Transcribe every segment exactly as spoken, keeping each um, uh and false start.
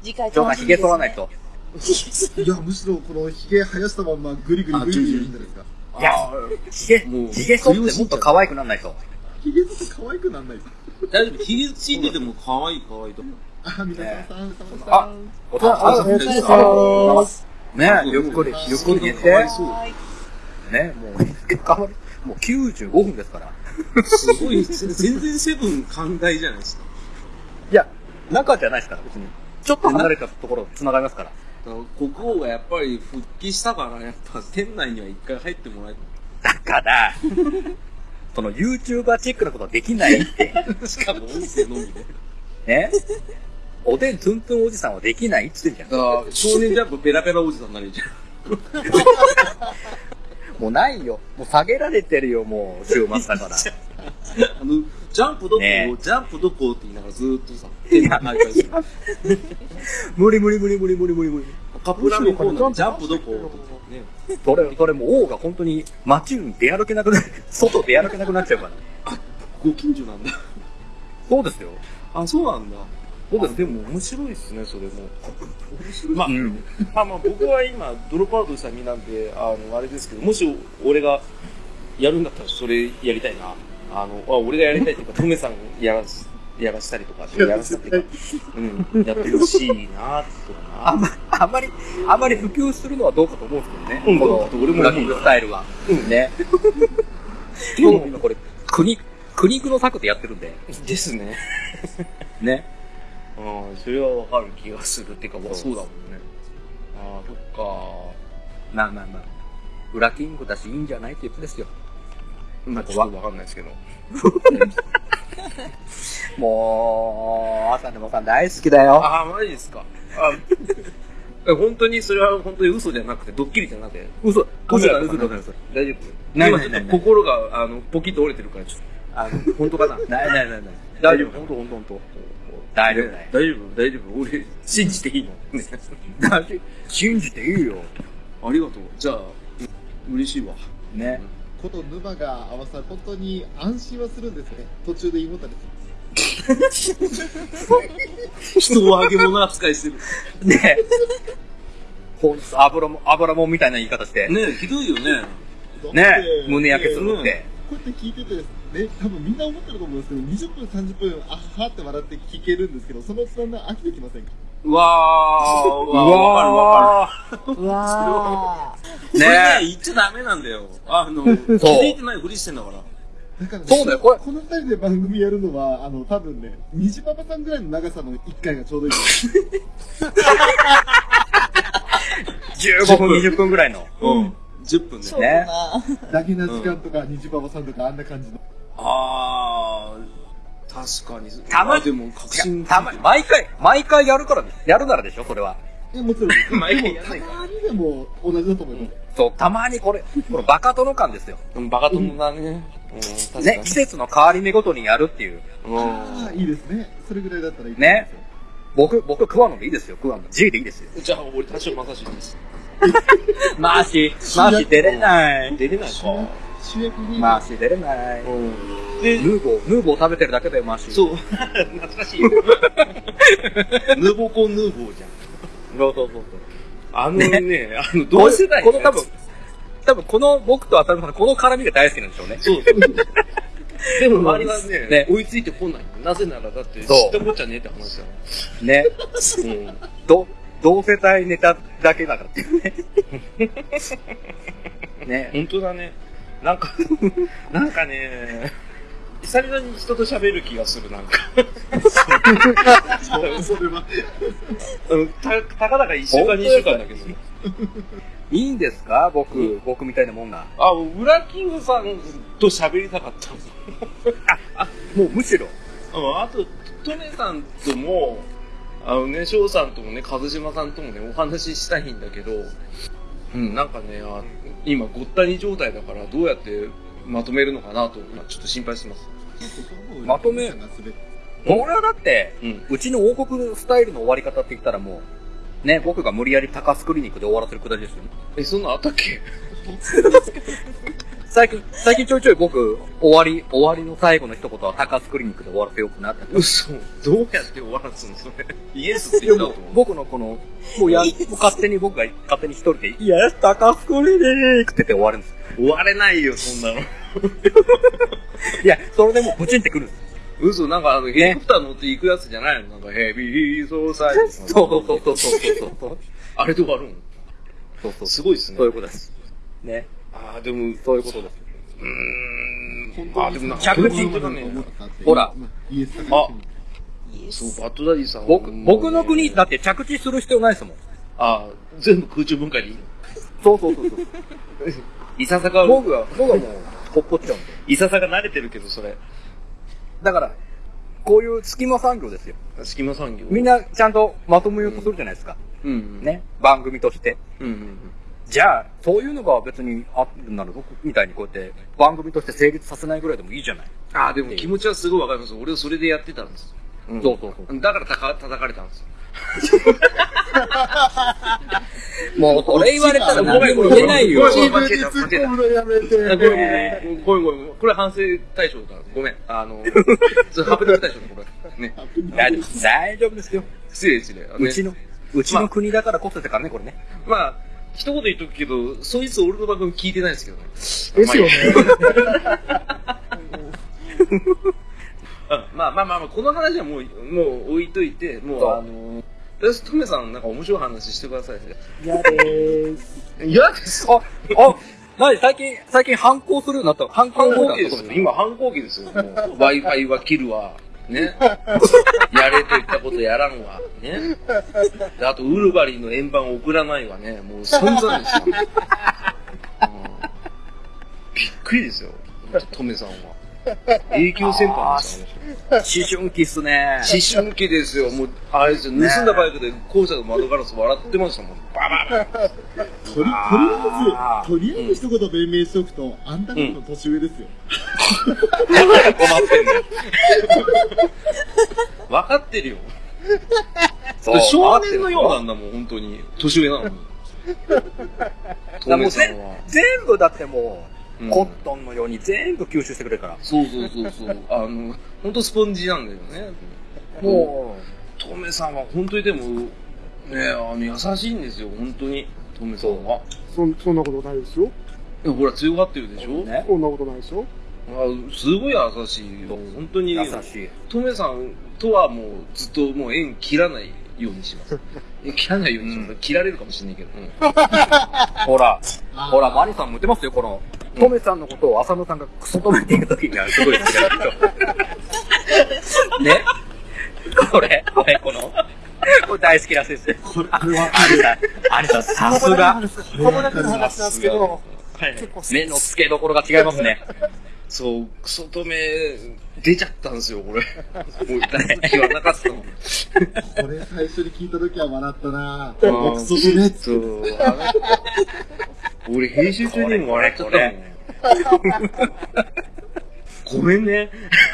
次回ジョーさん、髭剃らないと。 いや、むしろこの髭生やしたまんまグリグリグリグリいいんじゃないですか。 いや、髭、髭剃ってもっと可愛くなんないと。 髭剃って可愛くなんないと。 大丈夫、髭ついてても可愛い可愛いと思う。 あ、皆さん、さん、 あ、お疲れ様です。ね、ゆっくり、ゆっくり寝て。ね、もう、変わり、もうきゅうじゅうごふんですから。 すごい、全然セブン寛大じゃないですか。 いや、中じゃないですから、別に。ちょっと離れたところ繋がりますから。 国王がやっぱり復帰したから、やっぱ店内には一回入ってもらえた。だから、その YouTuber チェックなことはできないって。 しかも音声のみで。 ね、おでんツンツンおじさんはできないって言ってんじゃん。 ああ、少年ジャンプペラペラおじさんになるじゃん。 もうないよ。もう下げられてるよ、もう、週末だから。 あの、ジャンプどこ、ね、ジャンプどこって言いながらずーっとさ、手が入りする。 無理無理無理無理無理無理無理。 カップラーメンコーナーでジャンプどこね。それ、それもう王が本当に街に出歩けなくなる、外出歩けなくなっちゃうから。 あ、ご近所なんだ。 そうですよ。 あ、そうなんだ。 そうです。 でも面白いっすね、それも。面白い。まあ、うん、まあまあ僕は今、ドロップアウトした身なんで、あの、あれですけど、もし俺がやるんだったらそれやりたいな。あの、あ俺がやりたいっていうか、トメさんやらす、やらしたりとか、やらせたっていうか、うん、やってほしいなとかな。 あんま、あんまり、あんまり普及するのはどうかと思うんですけどね。 うん、 この、俺もラキングスタイルは。うん、ね。でも今これ、国、苦肉の策でやってるんで。 ですね。 ね。 うん、それはわかる気がするっていうか、まあそうだもんね。ああ、そっか。 まあまあまあ。ウラキングだしいいんじゃないって言ってですよ。 まあちょっとわかんないですけど。 もう、朝沼さん大好きだよ。 ああ、マジですか。あ本当にそれは本当に嘘じゃなくて、ドッキリじゃなくて。 嘘、嘘だ、嘘だ、嘘だ。 大丈夫？ ない今ちょっと心が、あの、ポキッと折れてるから、ちょっと。 あの、本当かな？ないないないない。大丈夫、本当本当本当。大丈夫、 大丈夫、大丈夫。俺、信じていいの？ 信じていいよ。 ありがとう。じゃあ、嬉しいわ。 ね。 こと沼が合わさる、本当に安心はするんですね。途中で胃もたれする。 人を揚げ物扱いしてる。 ねえ。ほんと、油も、油もんみたいな言い方して。 ねえ、ひどいよね。 ねえ、胸焼けするって。 こうやって聞いててですね、多分みんな思ってると思うんですけど、にじゅっぷん、さんじゅっぷん、あはって笑って聞けるんですけど、そのだんだん飽きてきませんか？ うわー、うわー、わかるわかる。 うわー。ねえ、言っちゃダメなんだよ。あの、気づいてないふりしてんだから。 だからね、 そうだよ、これ。 この二人で番組やるのは、あの、多分ね、虹パパさんぐらいの長さのいっかいがちょうどいい。 じゅうごふん、にじゅっぷんぐらいの。 うん。じゅっぷんでね。 だけな時間とか、虹パパさんとかあんな感じの。 あー、確かに。 たまに、 でも、確信。 たまに、毎回、毎回やるから、やるならでしょ、それは。 え、もちろん。 毎回やんないから。 たまにでも同じだと思います。 そう、たまにこれ、このバカ殿感ですよ。 バカ殿だね。 ね、季節の変わり目ごとにやるっていう。 ああ、いいですね。それぐらいだったらいいですね。僕、僕、クワノでいいですよ、クワノ。G でいいですよ。 じゃあ、俺、多少まさしです。 マーシー、マーシー出れない。 出れないか。 主役に。 マーシー出れない。で、ヌーボー、ヌーボー食べてるだけだよ、マーシー。 そう。懐かしい。ヌーボーコンヌーボーじゃん。 そうそうそう。 あのね、あの、同世代この多分、多分この僕と浅野さん、この絡みが大好きなんでしょうね。 そう。でも周りはね、追いついてこない。なぜならだって、知ったこっちゃねえって話だもん。 ね。うん。ど、同世代ネタだけだからっていうね。ね。 本当だね。なんか、なんかね、久々に人と喋る気がする、なんか。 それは。 た、たかだかいっしゅうかん、にしゅうかんだけど。 いいんですか僕、うん、僕みたいなもんが。 あ、ウラキングさんと喋りたかったあ、あ、もうむしろ。 あと、トメさんとも、あのね、翔さんともね、和島さんともね、お話ししたいんだけど、うん、なんかね、あ今、ごったに状態だから、どうやってまとめるのかなと、まあ、ちょっと心配してます。 まとめ、俺はだって、うん、うちの王国スタイルの終わり方って言ったらもう、ね、僕が無理やり高須クリニックで終わらせるくだりですよね。 え、そんなあったっけ最近、最近ちょいちょい僕、終わり、終わりの最後の一言は高須クリニックで終わらせようかなって。 嘘。どうやって終わらすのそれ。イエスって言ったと思う。 僕のこの、もうや、もう勝手に僕が勝手に一人で、イエス高須クリニックって言って終わるんです。 終われないよ、そんなの。 いや、それでもうブチンってくるんです。 嘘、なんかあの、ヘリコプター乗って行くやつじゃないのなんかヘビーソーサイズ。 そうそうそうそうそうそう。 あれで終わるんそうそう。 すごいですね。 そういうことです。ね。 ああ、でも、 そういうことです。 うーん。ああ、でもなんか、 着地とかね。 ほら。 イエスあ、そう、バッドダディさん。 僕、僕の国だって着地する必要ないですもん。 ああ、全部空中分解でいいのそうそうそうそう。 いささか、 僕は、僕はもう、ほっぽっちゃうんで。 いささか慣れてるけど、それ。 だから、こういう隙間産業ですよ。 隙間産業。 みんなちゃんとまとめようとするじゃないですか。 うん。うん、 ね。番組として。 うんうんうん。 じゃあ、そういうのが別にあるなら僕みたいにこうやって番組として成立させないぐらいでもいいじゃない。 ああ、でも気持ちはすごいわかります。俺はそれでやってたんです。 うん、そうそうそう。 だからたか叩かれたんですよ。 もう、それ言われたら何も言えないよ。 自分で突っ込むのやめて。 ごめんごめんごめん。これ反省対象だ。ごめん。あの、ハプニング対象だ、これ。ね。 大丈夫、大丈夫ですよ。 失礼失礼。 うちの、うちの国だからこそだからね、これね。 まあ、一言言っとくけど、そいつ俺の番組聞いてないですけどね。 ですよね。 まあまあまあまあ、この話はもう、もう置いといて、もうあの、とりあえずトメさんなんか面白い話してください。 嫌でーす。 嫌ですあ、あ、なに最近、最近反抗するようになったの反抗反抗期ですよ。今反抗期ですよ。もう Wi-Fi は切るわ。ね。やれと言ったことやらんわ。ね。であと、ウルバリンの円盤送らないわね。もう散々ですよ。うん、びっくりですよ。トメさんは。永久戦犯ですよ、 思春期っすね。 思春期ですよ。もう、あれですよ。盗んだバイクで校舎の窓ガラス笑ってましたもん。バババとり、とりあえず、とりあえず一言弁明しておくと、あんたのの年上ですよ。 困ってんだよ。分かってるよ。少年のようなんだもん、本当に。年上なのに。 トメさんは。全部だってもう、うん、コットンのように全部吸収してくれるから。 そうそうそうそう。あの、ほんとスポンジなんだよね。もう、トメさんは本当にでも、ね、あの、優しいんですよ、本当に。トメさんは。 そ、そんなことないですよ。 ほら、強がってるでしょ、ね、 そんなことないですよ。 あ、すごい優しいよ。本当に。 優しい。 トメさんとはもうずっともう縁切らないようにします。切らないようにします。うん、切られるかもしれないけど。うん、ほら、ほら、マリさんも言ってますよ、この。トメさんのことを浅野さんがクソ止めていくときにはすごい好きだけど。ねこれ、これ、この、これ大好きな先生。これは、アリさん、さすが。 ここだけの話なんですけど、 目の付けどころが違いますね。 そう、クソ止め、出ちゃったんですよ、これ。もう出す気はなかったの。これ最初に聞いたときは笑ったなぁ。クソ止めって。そう。 俺、編集中にも笑っちゃったもん。ごめんね。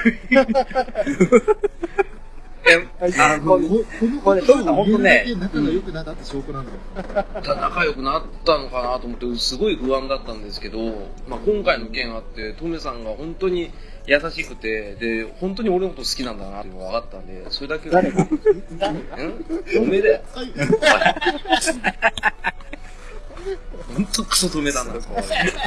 あの、これ、トメさんほんとね、仲が良くなったって証拠なのよ。 仲良くなったのかなと思って、すごい不安だったんですけど、まあ今回の件あって、トメさんが本当に優しくて、で、本当に俺のこと好きなんだなっていうのが分かったんで、それだけが。誰がんおめで。ほんとクソ止めだな。 そこ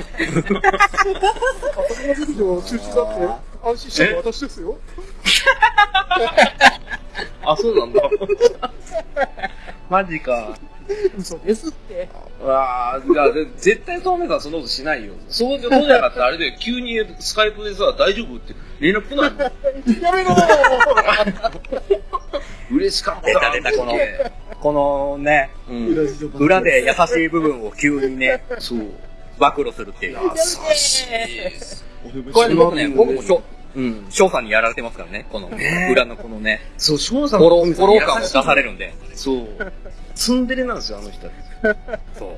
の劇場中止だって安心したの私ですよ。 あ、そうなんだ。マジか。 嘘ですって。 ああ、絶対トメさんそんなことしないよ。そうじゃなかったらあれで急にスカイプでさ、大丈夫って連絡来ないのやめろ嬉しかった。 出た出た、この、このね、うん、裏で優しい部分を急にね、そう、暴露するっていう。優しい。これ僕ね、僕もしょ、うん、翔さんにやられてますからね、この、裏のこのね。 そう、翔さんフォロー、フォロー感を出されるんで。 そう。ツンデレなんですよ、あの人。そう。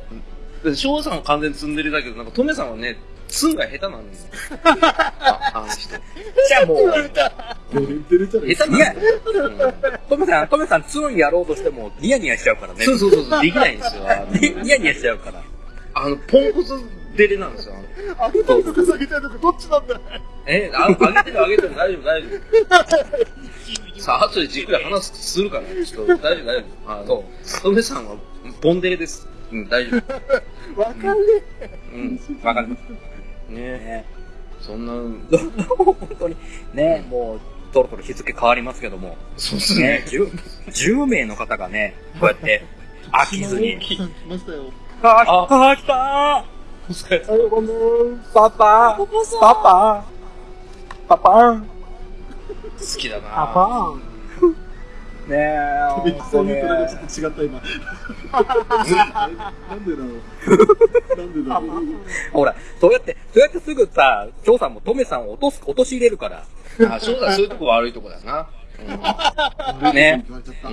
翔さんは完全にツンデレだけど、なんかトメさんはね、ツンが下手なんですよ。あ、あの人。 じゃあもう、 下手にや、トメさん、トメさんツンやろうとしてもニヤニヤしちゃうからね。 そうそうそう、できないんですよ。 ニヤニヤしちゃうから。 あの、ポンコツデレなんですよ。 上げたいのか下げたいのかどっちなんだよ。 え、あ、上げてる上げてる、大丈夫、大丈夫。さあ、後でじっくり話するから、ちょっと、大丈夫、大丈夫。あの、トメさんは、ボンデレです。うん、大丈夫。 わかんねえ。 うん、わかります。 ねえ。そんな、 本当に、ね、もう、そろそろ日付変わりますけども。 そうですね。 じゅうめいの方がね、こうやって、飽きずに。 来ましたよ。 あ、あ、来たお疲れ様。 ありがとうございます。パパパパパパン好きだなパパンねえ、 トメキさん言うとなんかちょっと違った今。なんでだろう。なんでだろう。 ほら、そうやって、そうやってすぐさ、翔さんもトメさんを落とす、落とし入れるから。 あ、そうだ、そういうとこ悪いとこだな。 うん、ね。 うん。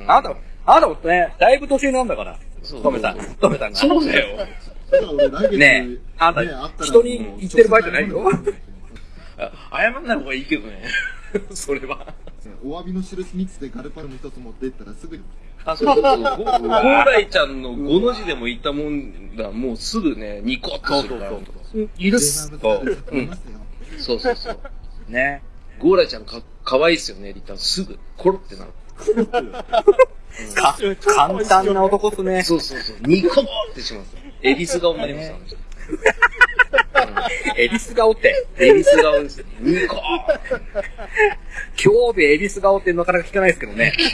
あなた、あなたもね、だいぶ年上なんだから。トメさん、トメさんが。 そうだよ。 ねえ、あなた、人に言ってる場合じゃないよ。 謝んない方がいいけどね。それは。 お詫びの印みっつでガルパンの一つ持っていったらすぐに。 あ、そうそうそう。ゴーライちゃんのごの字でも言ったもんだ、もうすぐね、ニコッとするから。 許す。 そう。 そうそうそう。 ね。 ゴーライちゃんか、かわいいっすよね、リタ。すぐ、コロってなる。 か、簡単な男っすね。 そうそうそう。ニコってします。エビス顔になります、 エビス顔って。 エビス顔ですよ。ニコ今日でエビス顔ってなかなか聞かないですけどね。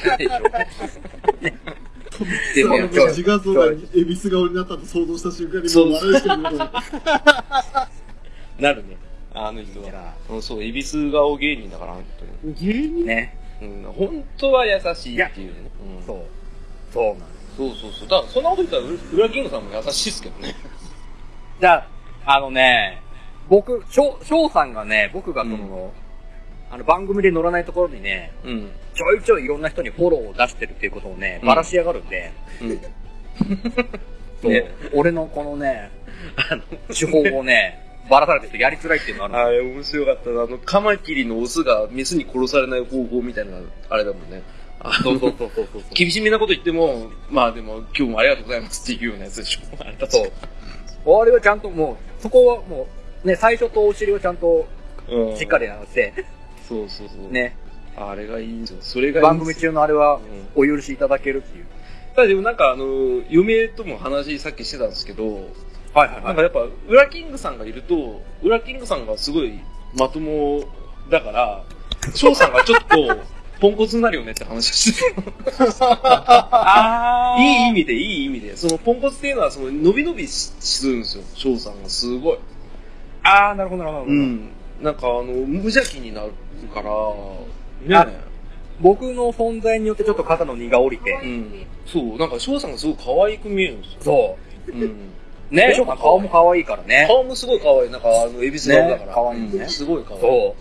でも、自画像がエビス顔になったと想像した瞬間にもう笑いしてることになるね。あの人は。そう、エビス顔芸人だから、本当に。 芸人ね。 うん、本当は優しいっていうね。 うん、そう。そうなんです。 そうそうそう。だから、そんなこと言ったら、ウラキングさんも優しいっすけどね。 じゃあ、あのね、僕、翔さんがね、僕がその、うん、あの番組で乗らないところにね、うん、ちょいちょいいろんな人にフォローを出してるっていうことをね、ばらしやがるんで、うん、そうね、俺のこのね、手法をね、ばらされてるとやりづらいっていうのがある。 あれ面白かったな。あの、カマキリのオスがメスに殺されない方法みたいな、あれだもんね。 そうそうそうそうそう。 厳しめなこと言っても、まあでも、今日もありがとうございますっていうようなやつでしょ。あれだと。 そう。あれはちゃんともう、そこはもう、ね、最初とお尻をちゃんと、しっかりやって、うん、 そうそうそう。 ね。 あれがいいんですよ。それがいいんですよ。 番組中のあれは、お許しいただけるっていう。 ただでもなんかあの、嫁とも話さっきしてたんですけど、 はいはいはい。 なんかやっぱ、ウラキングさんがいると、ウラキングさんがすごいまともだから、翔さんがちょっと、ポンコツになるよねって話をしてた。いい意味で、いい意味で。そのポンコツっていうのは、その、伸び伸びするんですよ、翔さんが。すごい。 あー、なるほどなるほど。 うん。なんかあの、無邪気になるから、ねえ。 僕の存在によってちょっと肩の荷が下りて。 うん。そう、なんか翔さんがすごい可愛く見えるんですよ。 そう。うん。ね、翔さん顔も可愛いからね。 顔もすごい可愛い。なんかあの、エビス顔だから。 可愛いね。 すごい可愛い。 そう。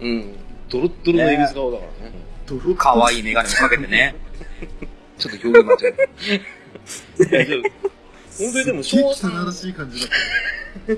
うん。ドロッドロのエビス顔だからね。 可愛いメガネもかけてね。 ちょっと表現間違えた。本当にでも、翔さん。 らしい感じだった。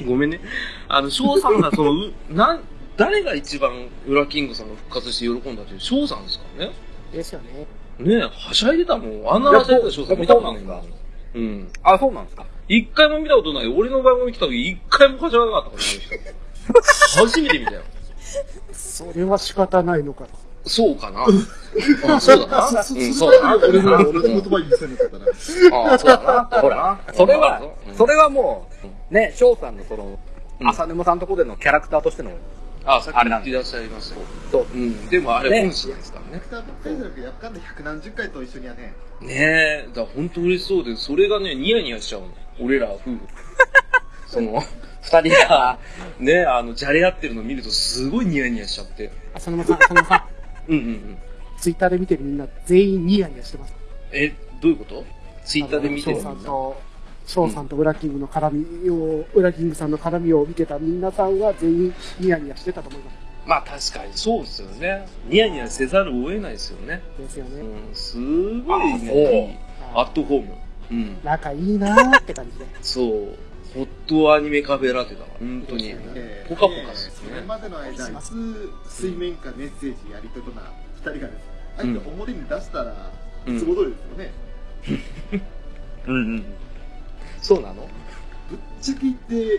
ごめんね。あの、翔さんがその、なん、誰が一番ウラキングさんが復活して喜んだっていう翔さんですからね。 ですよね。 ねえ、はしゃいでたもん。あんなはしゃいでた翔さん見たことないんだ。うん。 あ、そうなんですか。 一回も見たことない。俺の番組来た時一回もはしゃがなかったから、初めて見たよ。 それは仕方ないのかな。 そうかな。あ、そうだな。うん、そうだな。 俺の、俺の言葉に見せなかったな。 あ、そうだな。 ほら、それは、それはもう、ね、翔さんのその、浅沼さんのとこでのキャラクターとしての、 あ、さっき言ってらっしゃいました。そう。うん。でもあれ本心ですからね。 キャラクターばっかりじゃなくて、やっかんで百何十回と一緒にはね。 ねえ、だから本当嬉しそうで、それがね、ニヤニヤしちゃうの。俺ら夫婦。その、二人が、ね、あの、じゃれ合ってるの見るとすごいニヤニヤしちゃって。 浅沼さん、浅沼さん。 うんうんうん。 ツイッターで見てるみんな全員ニヤニヤしてます。 え、どういうことツイッターで見てるみんな。 翔さんと、翔さんとウラキングの絡みを、ウラキングさんの絡みを見てた皆さんは全員ニヤニヤしてたと思います。 まあ確かにそうですよね。ニヤニヤせざるを得ないですよね。 ですよね。 うん、すごいね。アットホーム。 うん。仲いいなーって感じで。 そう。ホットアニメカフェラテだわ。本当に。ポカポカですね。 それまでの間、いつ水面下メッセージやりとりな二人がですね、あえて表に出したら、いつも通りですよね。 うんうん。そうなの？ ぶっちゃけ言って、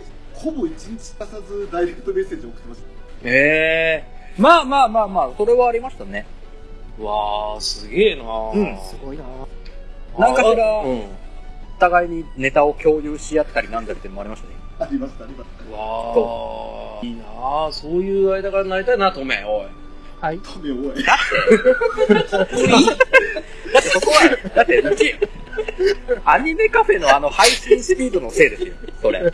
ほぼ一日足さずダイレクトメッセージ送ってました。 ええー。まあまあまあまあ、それはありましたね。 わー、すげえなー。 うん、すごいななんかしら、 うん。 お互いにネタを共有し合ったりなんだりっていうのもありましたね。 ありました、ありました。 わー、いいなー。そういう間柄になりたいな、トメ、おい。 はい。 トメ、おい。 だってそこは、だってうち、アニメカフェのあの配信スピードのせいですよ、それ。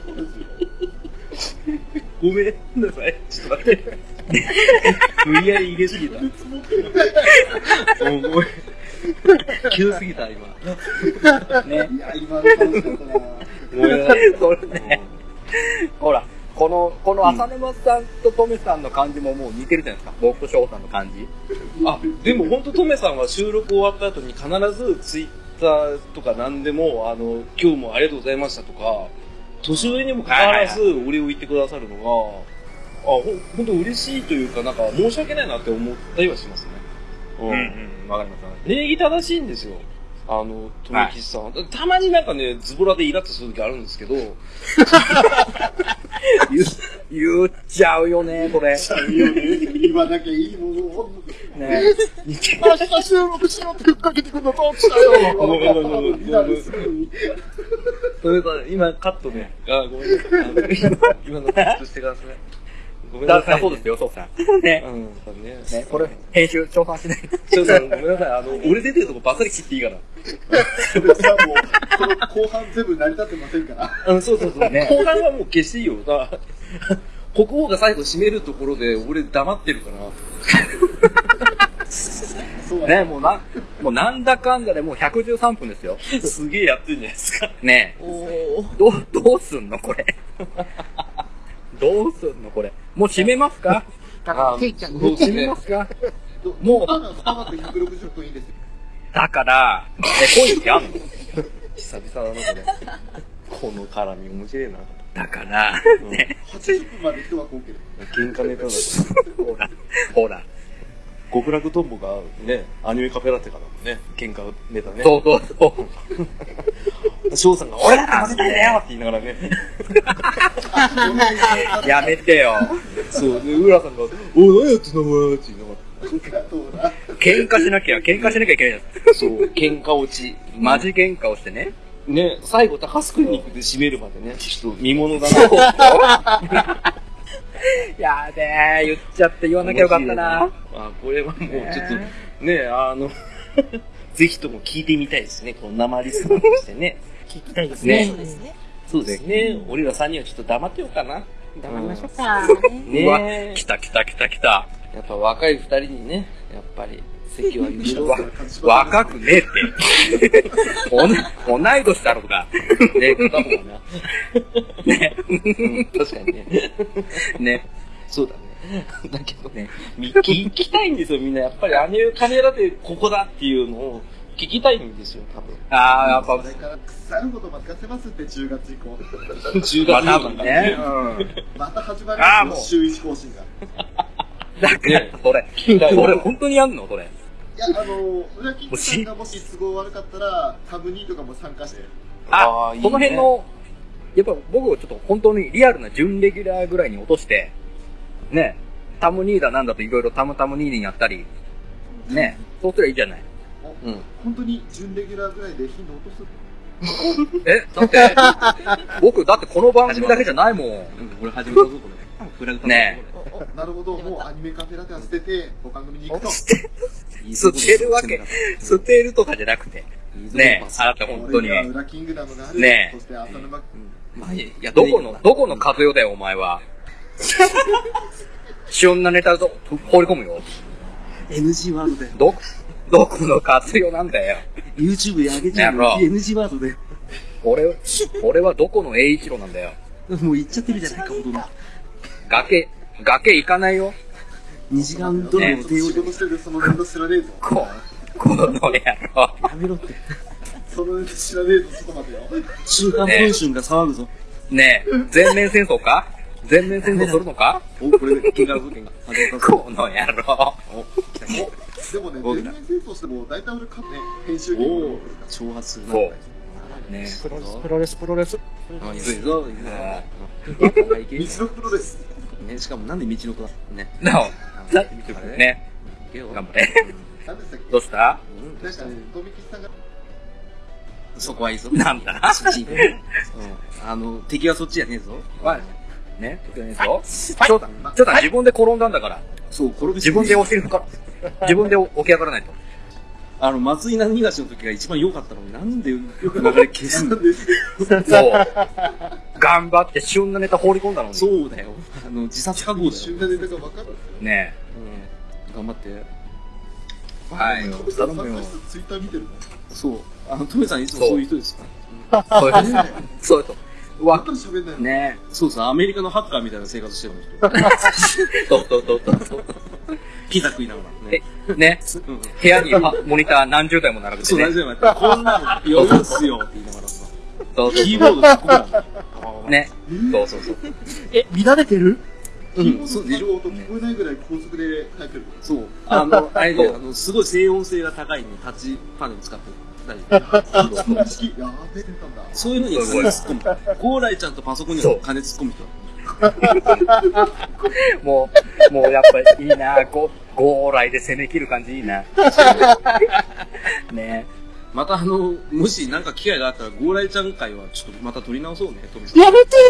ごめんなさい。ちょっと待って。無理やり入れすぎた。もうごめん。急すぎた、今。 ね。 いや、今の楽しかったな。 ごめんなさい。 それね。ほら、この、この浅沼さんとトメさんの感じももう似てるじゃないですか。僕と翔さんの感じ。 あ、でも本当トメさんは収録終わった後に必ずツイッターとか何でも、あの、今日もありがとうございましたとか、年上にもかかわらずお礼を言ってくださるのが、あ、ほ、ほんと嬉しいというか、なんか申し訳ないなって思ったりはしますね。 うんうん、わかります。 礼儀正しいんですよ。あの、とめきちさん、はい。たまになんかね、ズボラでイラッとする時あるんですけど。言, 言っちゃうよね、これ。 言わなきゃいいものを。 ね明日収録しろってふっかけてくるのどうしたよ。 ごめんごめんごめんごめん。それから今カットね。あ、ごめんなさい。今のカットしてください。ごめんなさい。 そうですよ、そうさん。ね。 うん、そうね。 ね、これ、編集、調査しない。 翔さん、ごめんなさい。あの、俺出てるとこバッサリ切っていいから。 それじゃあもう、この後半全部成り立ってませんから。 うん、そうそうそう。ね、後半はもう消していいよ。だ国王が最後締めるところで、俺黙ってるから。 そうね、もうな、もうなんだかんだでもうひゃくじゅうさんぷんですよ。 すげえやってんじゃないですか。 ねおー。 どう、どうすんのこれ。どうすんのこれ。もう閉めますかだから、ケイちゃん、 もう閉めますかもう、二枠ひゃくろくじゅっぷんいいですよ。 だから、え、恋ってあんの久々だな、これ。この絡み面白いな。 だから、ね。 はちじゅっぷんまで一枠 OK です。 喧嘩ネタだほら、ほら。 極楽とんぼがね、アニメカフェラテからもね、喧嘩ネタね。 そうそうそう。 翔さんが、俺だって負けたんだよって言いながらね。 やめてよ。 そう、で、浦さんが、おい、何やってんのお前って言いながら。 喧嘩しなきゃ、喧嘩しなきゃいけないじゃん。 そう、喧嘩落ち。 マジ喧嘩をしてね。 ね、最後、高須クリニックで締めるまでね、ちょっと見物だな。 やべえ、言っちゃって言わなきゃよかったな。 あ、これはもうちょっと、ね、あの、ぜひとも聞いてみたいですね、この生リスナーとしてね。 聞きたいですね。 そうですね。そうですね。俺らさんにんはちょっと黙ってようかな。 黙りましょうか。 ねうわ、来た来た来た来た。 やっぱ若い二人にね、やっぱり、席は譲ろう。 若くねえって。お同い年だろうが。 ね、片方がな。 ね。 確かにね。 ね。 そうだね。だけどね、聞きたいんですよ、みんな。やっぱりアニメカメラでここだっていうのを聞きたいんですよ、多分。 ああ、やっぱ。 それから腐るほど任せますって、じゅうがつ以降。 じゅうがつ以降。 まあ多分ね。うん。 また始まりますよ、週一更新が。 だから、それ。それ、本当にやんのそれ。 いや、あの、裏キックさんがもし都合悪かったら、タムニーとかも参加して。 あ、その辺の、やっぱ僕をちょっと本当にリアルな準レギュラーぐらいに落として、ね、タムニーだなんだといろいろタムタムニーにやったり、ね、そうすればいいじゃない。 うん。本当に準レギュラーぐらいで頻度落とす。 え、だって、僕、だってこの番組だけじゃないもん。 俺始めたぞ、これ。 ねなるほど、もうアニメカフェラテは捨てて、他組に行くと。 捨てるわけ、捨てるとかじゃなくて。ねえ、あなた本当に。 裏キングダムがある。 ねえ。 そして浅沼。 まあ、いや、どこの、どこの活用だよ、お前は。旬なネタと放り込むよ。 エヌジー ワードだよ。 ど、どこの活用なんだよ。 YouTube で上げちゃうの エヌジー ワードだよ。 俺、俺はどこの栄一郎なんだよ。 もう言っちゃってるじゃないか、ほとんど。 崖、崖行かないよ。 二次元ドラマの帝王仕事してるそのネタ知らねえぞ。 こ、この野郎。 やめろって。 そのネタ知らねえぞ、ちょっと待てよ。 週刊文春が騒ぐぞ。 ねえ、全面戦争か全面戦争するのかお、これで喧嘩の件が始まったぞ。 この野郎。 お、でもね、全面戦争しても大体俺勝ってね、編集権お、挑発するな。 そう。ねプロレス、プロレス、プロレス。 あ、いいぞいいぞ、いいぞ。 道のプロです。 ね、しかもなんで道の子だね。 なお、 ね。 ね。 いけよ。 頑張れ。 何でしたっけ？ どうした？ なんか、富吉さんが。 そこはいいぞ。 なんだ？ そっち。うん。あの、敵はそっちやねえぞ。 はい。ね。ちょっと、ちょっと自分で転んだんだから。 そう、転び自分でお尻ふか、自分で起き上がらないと。 あの、松井何東の時が一番良かったのに、なんでよく流れ消すんだそう。頑張って旬なネタ放り込んだのに。 そうだよ。あの、自殺覚悟だよ。 旬なネタが分かる。 ねうん。頑張って。 え。はい。 頼むよ。ツイッター見てるの？ そう。あの、トメさんいつもそういう人ですか？そういう人。そういう人。うわ。ねえ。 そうそう、アメリカのハッカーみたいな生活してるの人。 そうそうそうそう。 ピザ食いながらね。 ね。部屋にモニター何十台も並べてそう、 ね。 何十台もやって、こんなの読むっすよって言いながらさ。 そうそう。 キーボードすっごくなる。 ね。そうそうそう。 え、乱れてる？ うん、そう、でしょ？聞こえないぐらい高速で入ってる。 そう。あの、あれで、あの、すごい静音性が高いね、タッチパネル使ってる。大丈夫。そういうのに金突っ込む。ゴーライちゃんとパソコンには金突っ込む人。 もう、もうやっぱりいいな、ゴ、ゴーライで攻め切る感じいいな。ねまたあの、もしなんか機会があったら、ゴーライちゃん会はちょっとまた撮り直そうね、トミさん。 やめて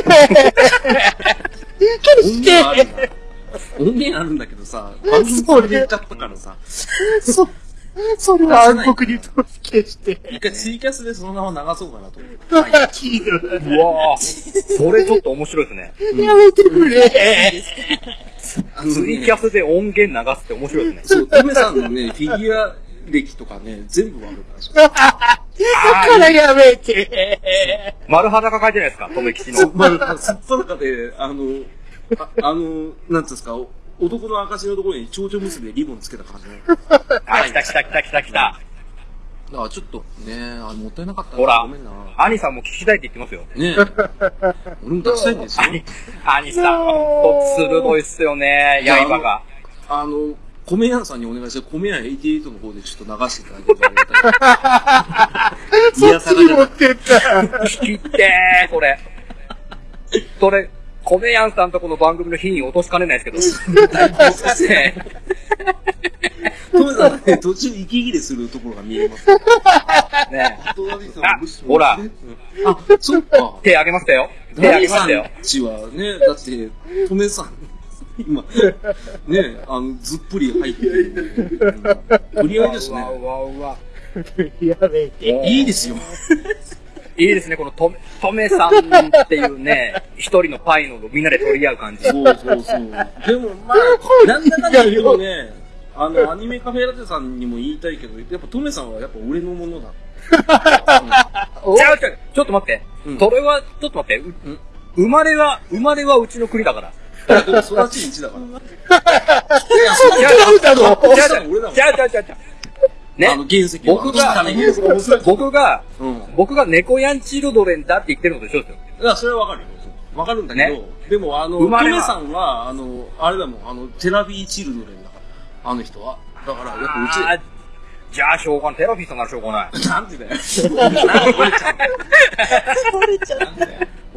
音源あるんだ。音源あるんだけどさ、番組これで言っちゃったからさ。 そ、それは暗黒に取り消して。 一回ツイキャスでそのまま流そうかなと思って。 うわぁ、それちょっと面白いですね。 やめてくれツイキャスで音源流すって面白いですね。 そう、トメさんのね、フィギュア歴とかね、全部あるから。 だからやめて丸裸書いてないですか、トメ吉の。 丸裸、すっぱらかで、あの、あ, あの、なんつうんですか、男の証のところに蝶々結びでリボンつけた感じね。 あ、来た来た来た来た来た。 だからちょっと、ねあれもったいなかったな。 ほらごめんな。 兄さんも聞きたいって言ってますよ。 ねえ。俺も出したいんですよ。 兄、兄さん、ほんと鋭いっすよね、刃が。 あの、米屋さんにお願いして、米屋はちじゅうはちの方でちょっと流していただければありがたい。 そっちに持ってった。 聞きてー、それ。それ、米やんさんとこの番組の品位落としかねないですけど。大変ですね。 トメさんね、途中息切れするところが見えますね。あ、 ほら。 あ、そっか。 手あげましたよ。手あげましたよ。 ちはね、だって、トメさん、今、ね、あの、ずっぷり入ってる。取り合いですね。 うわうわうわ。 やめて。 いいですよ。 いいですね、このと、とめさんっていうね、一人のパイのをみんなで取り合う感じ。 そうそうそう。でも、まあ、なんだかんだ言うとね、あの、アニメカフェラテさんにも言いたいけど、やっぱトメさんはやっぱ俺のものだ。 うん、ちゃうちゃう、ちょっと待って。うん、それは、ちょっと待って。う、うん、生まれは、生まれはうちの国だから。 でも育ち一だから。 いや、そうだろ。 ちゃうちゃう、ちゃうちゃうちゃうちゃう。ね、 あの原石僕が、僕が、 うん、 僕が猫やんチルドレンだって言ってるのと一緒ですよ。 いや、それはわかるよ。わかるんだけど、ね、でもあの、トメさんは、あの、あれだもん、あの、テラビーチルドレンだから、あの人は。だから、やっぱうち、 じゃあ、しょうがない。テラビーさんならしょうがない。 なんでだよ。折れちゃった。折れちゃった。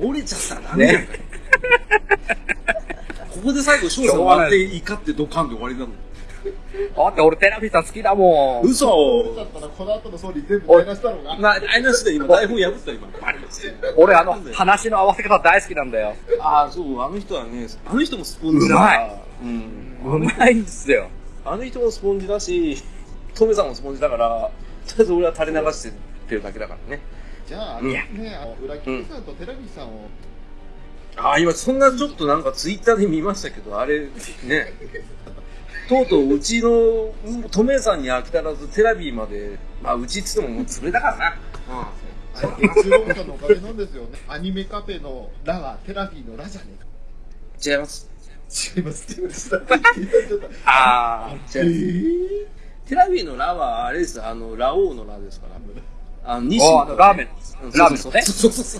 折れちゃったらなんでだよ。ここで最後、翔さん割って怒ってドカンで終わりなの。 だって俺テラビーさん好きだもん。 嘘だったらこの後の総理全部台無ししたのが。 まあ、台無しで今台本破った今。 俺あの、話の合わせ方大好きなんだよ。 ああ、そう、あの人はね、あの人もスポンジだから。 うまい。うん。うまいんですよ。 あの人もスポンジだし、トメさんもスポンジだから、とりあえず俺は垂れ流してるだけだからね。 じゃあ、ね、あの、裏切りさんとテラビーさんを。 ああ、今そんなちょっとなんかツイッターで見ましたけど、あれ、ね。とうとううちのトメさんに飽き足らずテラビーまで、まあうちっつってももうそれだからな。 うん。中国さんのおかげなんですよね。アニメカフェのラはテラビーのラじゃねえか。違います。 違いますって言われてた。ああ。 違います。テラビーのラはあれです。あの、ラオウのラですから。あの、西の。ラーメン。ラーメンのね。 そうそうそう。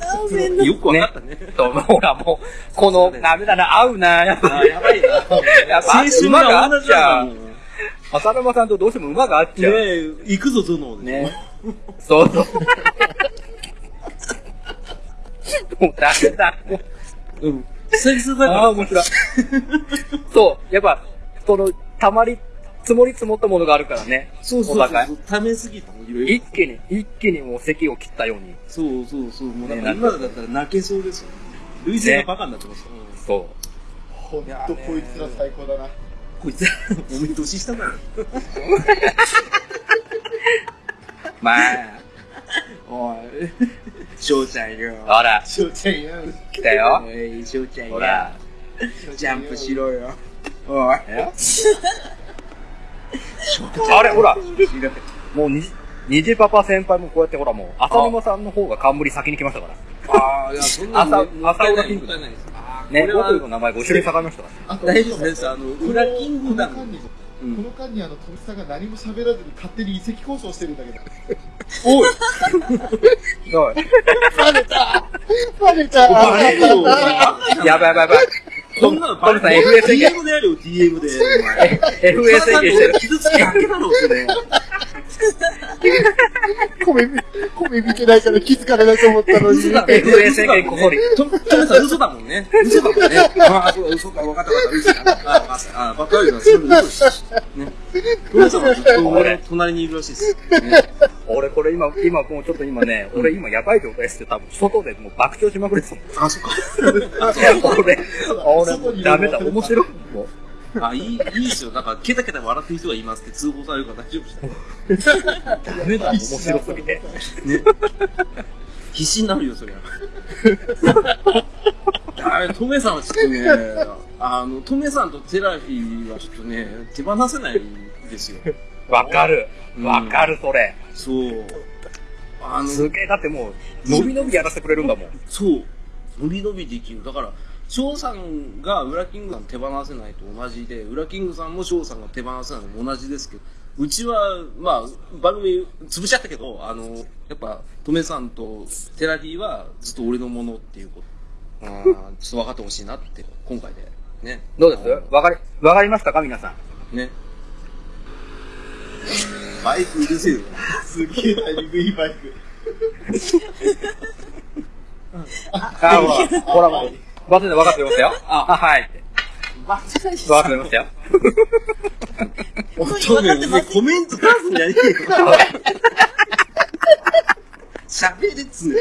よくわかったね。 ほらもう、この、ダメだな、合うな、やっぱ。 やばいな。 やっぱ、馬が合っちゃう。浅沼さんとどうしても馬が合っちゃう。 ねえ、行くぞ、ゾノ。 ね。そうそう。 もうダメだ。 うん。久々だから。 ああ、面白い。そう、やっぱ、その、たまり、積もり積もったものがあるからね。 そうそうそうそう。ためすぎたもいろいろ。 一気に、一気にもう席を切ったように。 そうそうそう。もうなんか今だったら泣けそうですよ。類性がバカになってました。 そう。 ほんとこいつら最高だな。 こいつら、おめで年下だよ。 まあ。 おい。翔ちゃんよ。 ほら。 翔ちゃんよ。 来たよ。 おい、翔ちゃんよ。 ほら。 ジャンプしろよ。おい。 あれ、ほら。もうにじ、にじパパ先輩もこうやってほらもう、浅沼さんの方が冠先に来ましたから。 ああ、いや、そんなのね、 朝、 朝浦キングダム。ね、僕の名前ご種類下がりましたから。 大丈夫です。あの、裏キングダム。 この間にあの、トミさんが何も喋らずに勝手に移籍交渉してるんだけど。 おいおい。 バレたバレたバレるよやばいやばいやばい。 そんなのトミさん エフエス 宣言。 ディーエム でやるよ、ディーエム で。 エフエス 宣言してる。 傷つきだけだろ、それ。 米、米見てないから気づかれないと思ったのに。 エフエス 宣言こそり。 トミさん嘘だもんね。嘘だもんね。ああ、そうだ、嘘か、分かった分かった、嘘だ。ああ、分かった。ああ、バカよりは全部嘘です。ね。トミさんはずっと俺の隣にいるらしいです。 俺これ今、今もうちょっと今ね、俺今やばい状態ですって多分外でもう爆笑しまくりですもん。 あ、そっか。 俺、俺もうダメだ、面白い。もう。 あ、いい、いいですよ。なんか、ケタケタ笑ってる人がいますって通報されるから大丈夫です。 ダメだ、面白すぎて。 ね。必死になるよ、そりゃ。あれ、トメさんはちょっとね、あの、トメさんとテラフィーはちょっとね、手放せないですよ。 わかる。わかる、それ。 そう。あの、 すげえ、だってもう、伸び伸びやらせてくれるんだもん。 そう。伸び伸びできる。だから、翔さんがウラキングさん手放せないと同じで、ウラキングさんも翔さんが手放せないのも同じですけど、うちは、まあ、番組潰しちゃったけど、あの、やっぱ、トメさんとテラディはずっと俺のものっていうこと。ああ、ちょっと分かってほしいなって、今回で。ね。 どうですわかり、わかりましたか皆さん。 ね。バイクうるせえよ。 すげえな、エグいバイク。 あ、ほら、ほらもう。バツで分かってますよ。あ、はい。 バツで分かってますよ。 本当にね、コメント出すんじゃねえよ。喋れっつう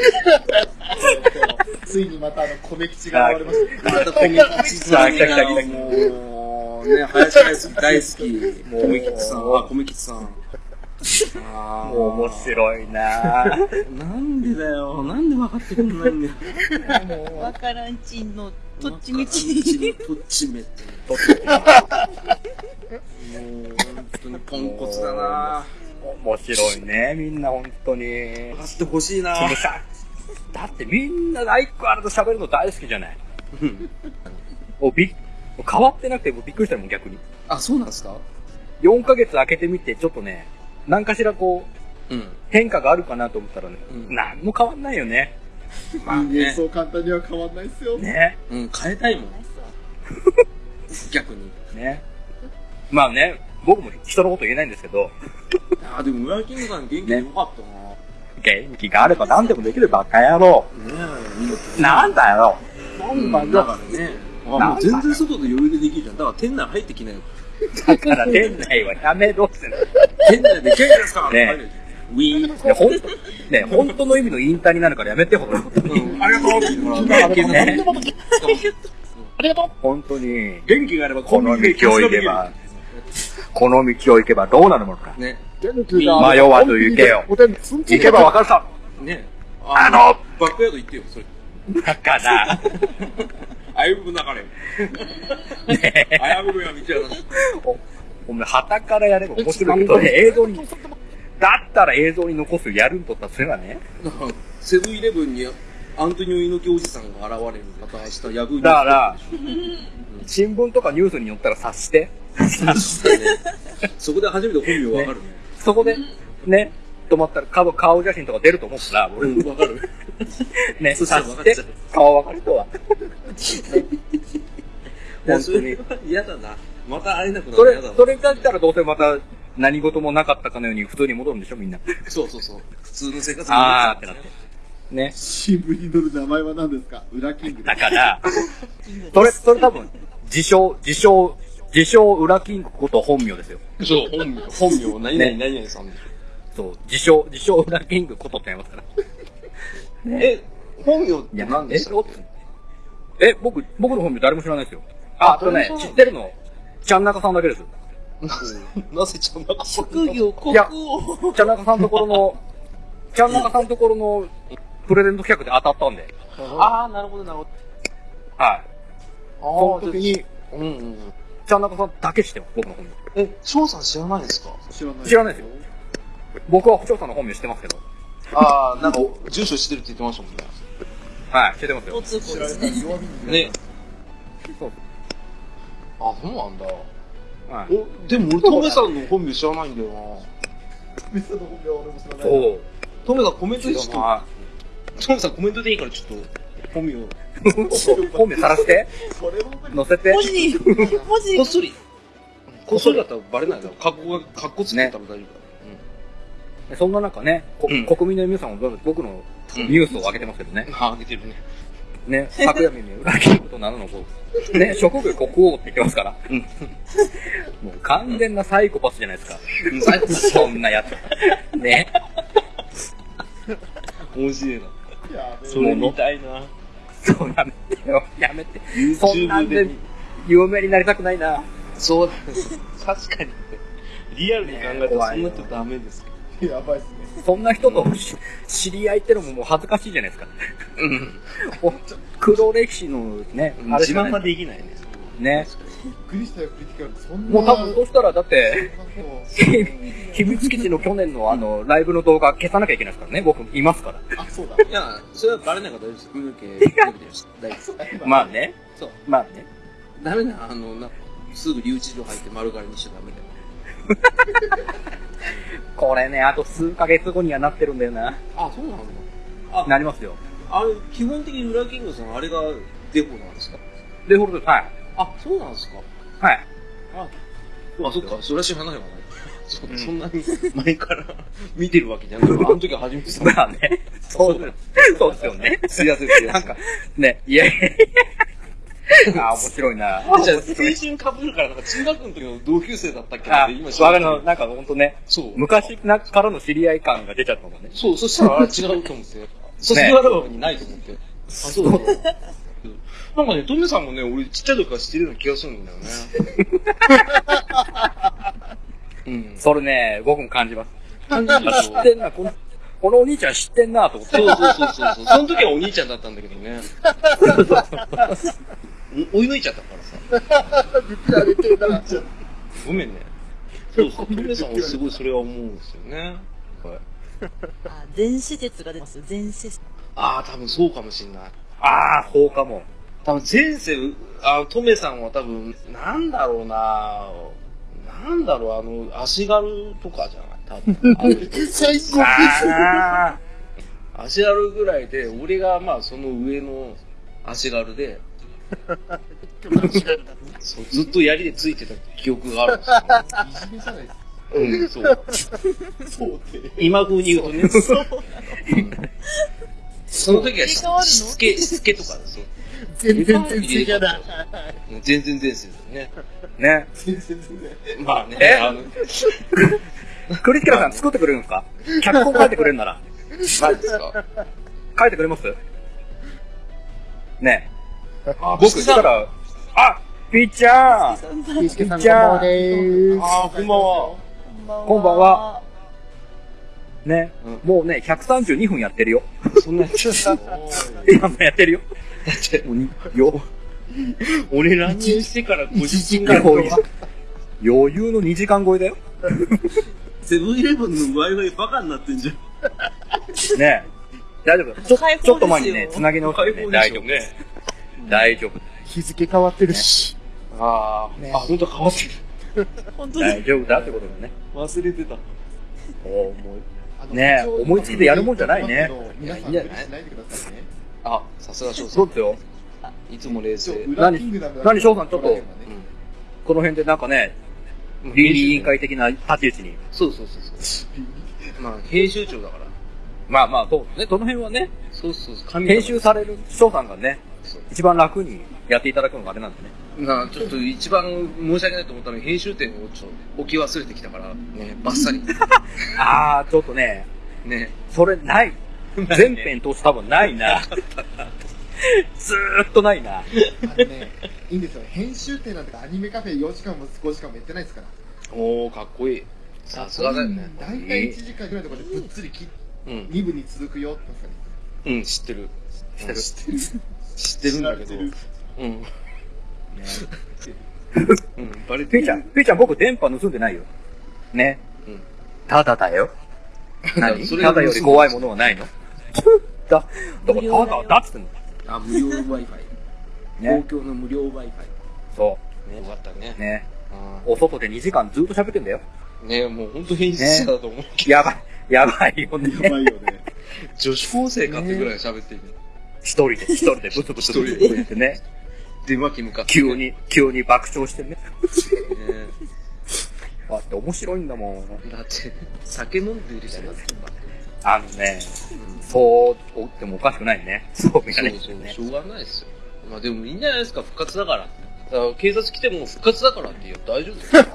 ついにまたあの、米吉が現れました。 また米吉さんがもう、ね、林大好き、大好き。もう、米吉さん。あ、米吉さん。 あもう面白いなぁ。 なんでだよ。なんで分かってくんないんだよ。 わからんちんのとっちめち。 ち。 とっちめって。もう、本当にポンコツだなぁ。 面白いね、みんな本当に。 分かってほしいなぁ。 だってみんなライクあると喋るの大好きじゃない。もうび変わってなくてもびっくりしたもん、逆に。 あ、そうなんですか ? よん ヶ月空けてみて、ちょっとね、何かしらこう、うん、変化があるかなと思ったらね、うん、何も変わんないよね。 まあね、そう簡単には変わんないっすよ。 ね。 うん、変えたいもん。逆に。 ね。まあね、僕も人のこと言えないんですけど。 あ、でも、ウラキングさん元気でよかったな、ね。 元気があれば何でもできるバカ野郎。ねえ、なんだよ。 なんだよ。だからね。あ、もう全然外で余裕でできるじゃん。だから店内入ってきなよ。 だから店内はやめろってんだよ。 店内で元気ですかねウィーン。ね、ほんと、ね、本当の意味のインターになるからやめてほど。うん、 ありがとうって言うのは、 ね、 ありがとう本当に。 元気があればこの道を行けば、この道を行けばどうなるものか。 ね。 迷わず行けよ。行けばわかるさ。 ね。 あの、 バックヤード行ってよ、それ。 だから。 あやぶの中で。ねえ。あやぶのや道はなし。 お前、旗からやれば面白いけど、映像に、だったら映像に残すやるんとったらそれはね。 セブンイレブンにアントニオ猪木おじさんが現れる。また明日ヤフーに。 だから、新聞とかニュースに載ったら察して。 察してね。そこで初めて本名わかるね。 そこで、ね、止まったら顔、顔写真とか出ると思うから、 俺。うん、わかる。 ね、そしたら分かっちゃう。顔わかる人は。 本当に。嫌だな。また会えなくなる。 それ、それだったらどうせまた何事もなかったかのように普通に戻るんでしょ、みんな。 そうそうそう。普通の生活に戻っちゃう。 あーってなって。 ね。 新聞に載る名前は何ですか？ウラキングだから、それ、それ多分、自称、自称、自称ウラキングこと本名ですよ。 そう、本名、本名、何々何々さんでしょ。 そう、自称、自称ウラキングことって言いますから。ね、 え、本名って何でしたっけ？え、僕、僕の本名誰も知らないですよ。あ、あとね、知ってるの、ちゃんなかさんだけです。 なぜちゃんなかさん職業、国いや王。 ちゃんなかさんところの、ちゃんなかさんところのプレゼント企画で当たったんで。 ああ、なるほど、なるほど。 はい。 あその時に、 うんうんうん。 ちゃんなかさんだけ知ってます、僕の本名。 え、翔さん知らないですか？ 知らない。 知らないですよ。僕は不調さんの本名知ってますけど。 ああ、なんか、住所知ってるって言ってましたもんね。 はい、知ってますよ。 交通法ですね。 ね。 そう。 あ、そうなんだ。 はい。 お、でも俺、トメさんの本名知らないんだよな。 ミスの本名は俺も知らない。 そう。 トメさんコメントでちょっと、 まトメさんコメントでいいからちょっと、本名を。 あ、本名さらしてそれ本当に載せて文字に、文字に。 こっそり。こっそりだったらバレないだろ。格好が、格好つけたら大丈夫だ。 そんな中ね、こうん国民の皆さんも僕のニュースを上げてますけどね。 あ、出てるね。 ね、昨夜耳裏切ることなるのこう。ね、職業国王って言ってますから。 うん。 もう完全なサイコパスじゃないですか。 最高そんなやつ。ね。 面白いな。 やべえ。 それ見たいな。 そうやめてよ。やめて。そんなん YouTube でで。 有名になりたくないな。 そうだね。確かに。リアルに考えたらそんな人ダメですけやばいっすね。 そんな人とし知り合いってのももう恥ずかしいじゃないですか。 ど。うん。 お黒歴史のね、あれ自じゃない慢はできないね。 ね。 びっくりしたよ、クリティカル。そんな。 もう多分そしたらだって、 そんなも秘密基地の去年のあの、ライブの動画消さなきゃいけないですからね。僕いますから。 うあ、そうだ。 いや、それはバレないから大丈夫です。風景、大丈夫です。大丈夫です。 まあね。 そう。 まあね。 ダメな、あの、な、すぐ留置所入って丸刈りにしちゃダメだよ。 これね、あと数ヶ月後にはなってるんだよな。 あ、そうなのあ、 なりますよ。 あれ、基本的にウラキングさん、あれがデフォなんですか？ デフォルトです。はい。 あ、そうなんですか？ はい。 あ、あ、そっか、それは知らないわね。そ、 うんそんなに前から見てるわけじゃない。あの時は初めてさ。 まあね。そうです。そうですよね。 すいません、すいません。 なんか、ね、いやいやいや。あ、面白いな。 じゃあ、青春かぶるから、なんか中学の時の同級生だったっけあ、 って今わかるの、なんかほんとね、 そう。 昔からの知り合い感が出ちゃったもんね。 そう、そしたらあれ違うと思って。卒業アルバムにないと思って。あ、そうだ。なんかね、トメさんもね、俺ちっちゃい時から知ってるような気がするんだよね。うん。 それね、僕も感じます。 感じるでしょ知ってんな、この、このお兄ちゃん知ってんなと思って。 そうそうそうそうそう。その時はお兄ちゃんだったんだけどね。追い抜いちゃったからさ。 びっくられてなっちゃう。 ごめんね。そうそう。トメさんはすごいそれは思うんですよね。 あ、前世説が出ます。前世説。 ああ、多分そうかもしんない。 ああ、そうかも。 多分前世、あ、トメさんは多分、なんだろうななんだろう、あの、足軽とかじゃない多分。あの最高あ足軽ぐらいで、俺がまあその上の足軽で、そうずっと槍でついてた記憶があるんですよ。 いじめじゃないですか。 うん、そう。 そうって。 今風に言うとね。うんその時はし入れ替わるのしつけ、しつけとかですよ。 全然全然じゃない。 うん全然前世だよね。 あ。ね。 全然全然。 まあね、 えあの、 クリティカルさん作ってくれるんですか？脚本書いてくれるなら。 マジですか？ 書いてくれます？ねあ、 僕したら、あ、ピッチャーピースケさんこんばんはでーす。 あー、こんばんは。 こんばんは。ね、 うんもうね、ひゃくさんじゅうにふんやってるよ。 そんなやつ。 今もやってるよ。 だって、 もうによ俺乱入してからごじ時かん間余裕余裕のにじかん超えだよ。 セブンイレブンの Wi-Fi バカになってんじゃん。 ね大丈夫。ちょ開放ですよちょっと前にね、つなぎ直してね、大丈夫。 ね。 大丈夫。 日付変わってるし。 あー、 ねあ、ほんと変わってる。 本当に。 大丈夫だってことでね。 忘れてた。 おーもうねえ思いつきでやるもんじゃないね。 皆さんいやいいんじゃない無理しないでくださいね。 あ、さすが翔さん。 そうですよ。 いつも冷静。うん。 裏キングダムだ何何翔さんちょっとこのこの辺でなんかね、倫理委員会的な立ち位置に。 そうそうそうそう。まあ、編集長だから。 まあまあ、そうね。その辺はね、 そうそうそう。 編集される翔さんがね、一番楽にやっていただくのがあれなんでね。 なあ、ちょっと一番申し訳ないと思ったのに、編集点をちょっと置き忘れてきたから、ね、バッサリ。 あー、ちょっとね、 ね。 それない。全編通して多分ないな。ずーっとないな。 あのね、いいんですよ。編集点なんてかアニメカフェよじかんもごじかんもやってないですから。 おー、かっこいい。さすがだよね。 だいたいいちじかんぐらいのところでぶっつり切って、 うん。 に部に続くよって言うん、知ってる。 知ってる。 知ってる。知ってるんだけど。うん。うん、バレてる。 ピーちゃん、ピーちゃん僕電波盗んでないよ。ね。 うん。 ただだよ。何それがただより怖いものはないのだ、だからただだっつってんの。 あ、無料 Wi-Fi。 ね。 東京の無料 Wi-Fi。 そね、よかったね。 う。ね。 あお外でにじかんずっと喋ってんだよ。 ーね、もう本当編集者だと思うけど。 やばい。やばいよね。 やばいよね。 女子高生かってぐらい喋ってる。 一人で、一人でブツブツブツブツ言ってね。 電話機向かって。 急に、急に爆笑してね。 ね。 だって面白いんだもん。 だって、酒飲んでる人だってあのね、そう追ってもおかしくないね。そうみたいなそうそう、 ねし。ょうがないですよ。まあでもいいんじゃないですか、復活だから。だから警察来ても復活だからって言うよ。大丈夫ですよ。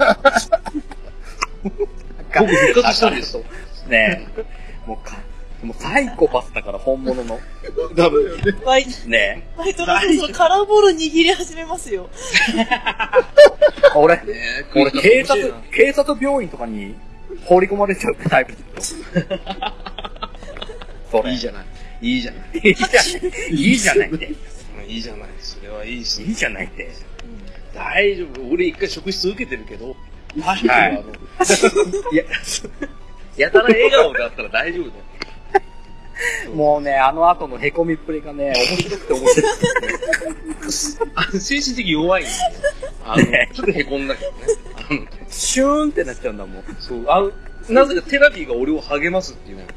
僕復活したんですよ。 ねえ。もうか、もうサイコパスだから本物の。 ダメよね。 バイねバイトがそろそろカラーボール握り始めますよ。 え。俺、 ねえ、 俺警察面白いな、 警察病院とかに放り込まれちゃうタイプですよ。それ。 いいじゃない。いいじゃない。 いいじゃない。いいじゃないって。 いいじゃない。それはいいっすいいじゃないって。 大丈夫。俺一回職質受けてるけど。 はいあのいや、やたら笑顔だったら大丈夫だよ。 もうね、あの後の凹みっぷりがね、面白くて面白い。 あの精神的弱いんで。あの、 ねちょっと凹んだけどね。あの、 シューンってなっちゃうんだもん。 そう、あの、なぜかテラビーが俺を励ますっていうの。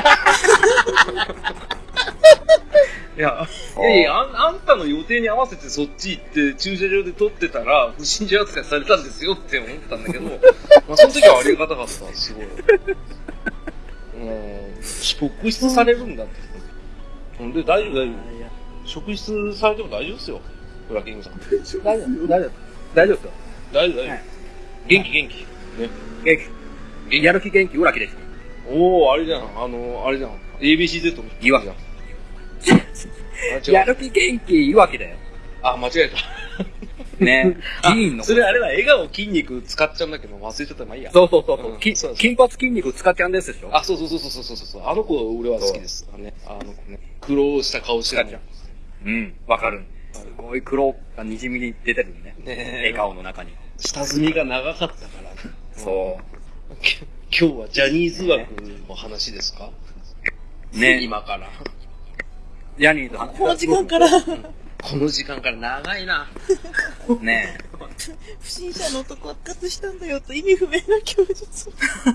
いや、いやいや、あん、あんたの予定に合わせてそっち行って駐車場で撮ってたら不審者扱いされたんですよって思ったんだけど、まあその時はありがたかった、すごい。うん、職質されるんだって。うんで、大丈夫、大丈夫。職質されても大丈夫ですよ。ブラッキングさん。 大丈夫、大丈夫。大丈夫ですよ。 大丈夫、大丈夫。 はい元気、元気。ね。 元気。やる気元気、裏木です。 おー、あれじゃん。あの、あれじゃん。エービーシーゼット の。 いわき。 あ、違う。 やる気元気、いわきだよ。 あ、間違えた。 ね。議員の。 それあれだ、笑顔筋肉使っちゃうんだけど、忘れちゃったらまあいいや。 そうそうそうそう、きうんそうそう金髪筋肉使っちゃうんですでしょ。 あ、そうそうそうそうそうそう。あの子俺は好きです。あのね、あの子ね。苦労した顔してる使っちゃう。うん、わかる。すごい黒がにじみに出てるね。 ね笑顔の中に。 下積みが長かったからね。 そう今日はジャニーズ枠の話ですかね。 今から。 ジャニーズ話この時間からこの時間から長いな。 ね不審者の男は復活したんだよと意味不明な供述を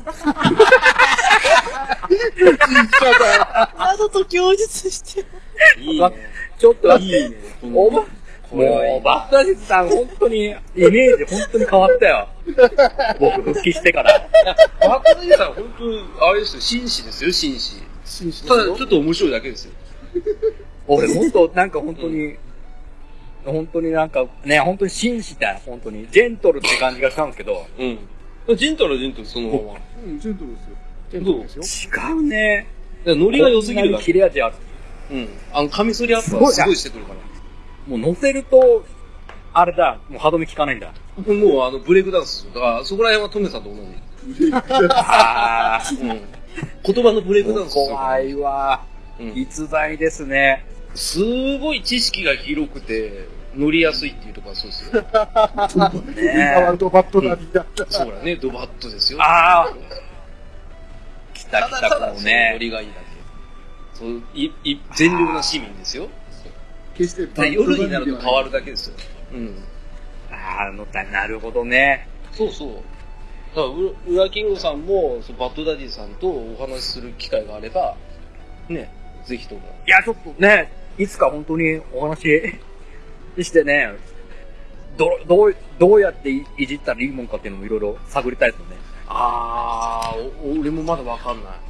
などと供述していいわね。 ちょっと待って。 いいね。 おば、 これはいいもう、バッタジさん、本当に、イメージ本当に変わったよ。僕、復帰してから。 バカネさん、本当、あれですよ、紳士ですよ、紳士。 紳士ただ、ちょっと面白いだけですよ。 俺、本当、なんか本当に、本当になんか、ね、本当に紳士だよ、本当に。ジェントルって感じがしたんですけど。 うん。ジェントルはジェントル、そのまま。 うん、ジェントルですよ。 ジェントルですよ。 違うね。 ノリが良すぎるから。 こんなに切れ味ある。 うん。あの、カミソリアップはすごいしてくるから。 もう乗せると、あれだ、もう歯止め効かないんだ。 もう、あの、ブレイクダンス。だから、そこら辺はトメさんと同じ。 ああ、 うん。言葉のブレイクダンス。 怖いわ。 うん。 逸材ですね。 すごい知識が広くて、乗りやすいっていうところはそうですよ。 今はドバットナビだった。 そうだね、ドバットですよ。 ああ。来たた来た、 だただそのこうねノ。リがいいだけ。そう、い、い、全力な市民ですよ。 決してで夜になると変わるだけですよ。うん。 あの、なるほどね。 そうそう。だから、ウウラキングさんも、そのバッドダディさんとお話しする機会があれば、ね、ぜひとも。 いや、ちょっとね、いつか本当にお話ししてね、ど、どう、どうやっていいじったらいいもんかっていうのもいろいろ探りたいですよね。 あー、お俺もまだわかんない。バッ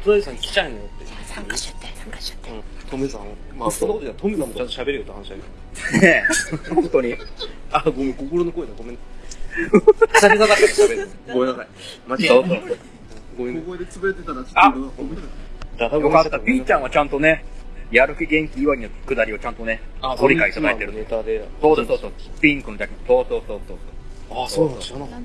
戸田さん来ちゃうのよって。 参加しちゃって、参加しちゃって。 うん。トメさん、まあ、そんなことじゃ、トメさんもちゃんと喋れよって話だけど。 ねえ、本当に。 あ、ごめん、心の声だ、ごめん。久々だから喋る。ごめんなさい。間違えた。ごめん。 小声で潰れてたら、ちょっと思い出よかった。ピーちゃんはちゃんとね、やる気元気祝いのくだりをちゃんとね、ご理解いただいてる。 ネタで。 そうそうそうそう。ピンクのジャケット。そうそうそうそう。 あ、そうなの知らなかった。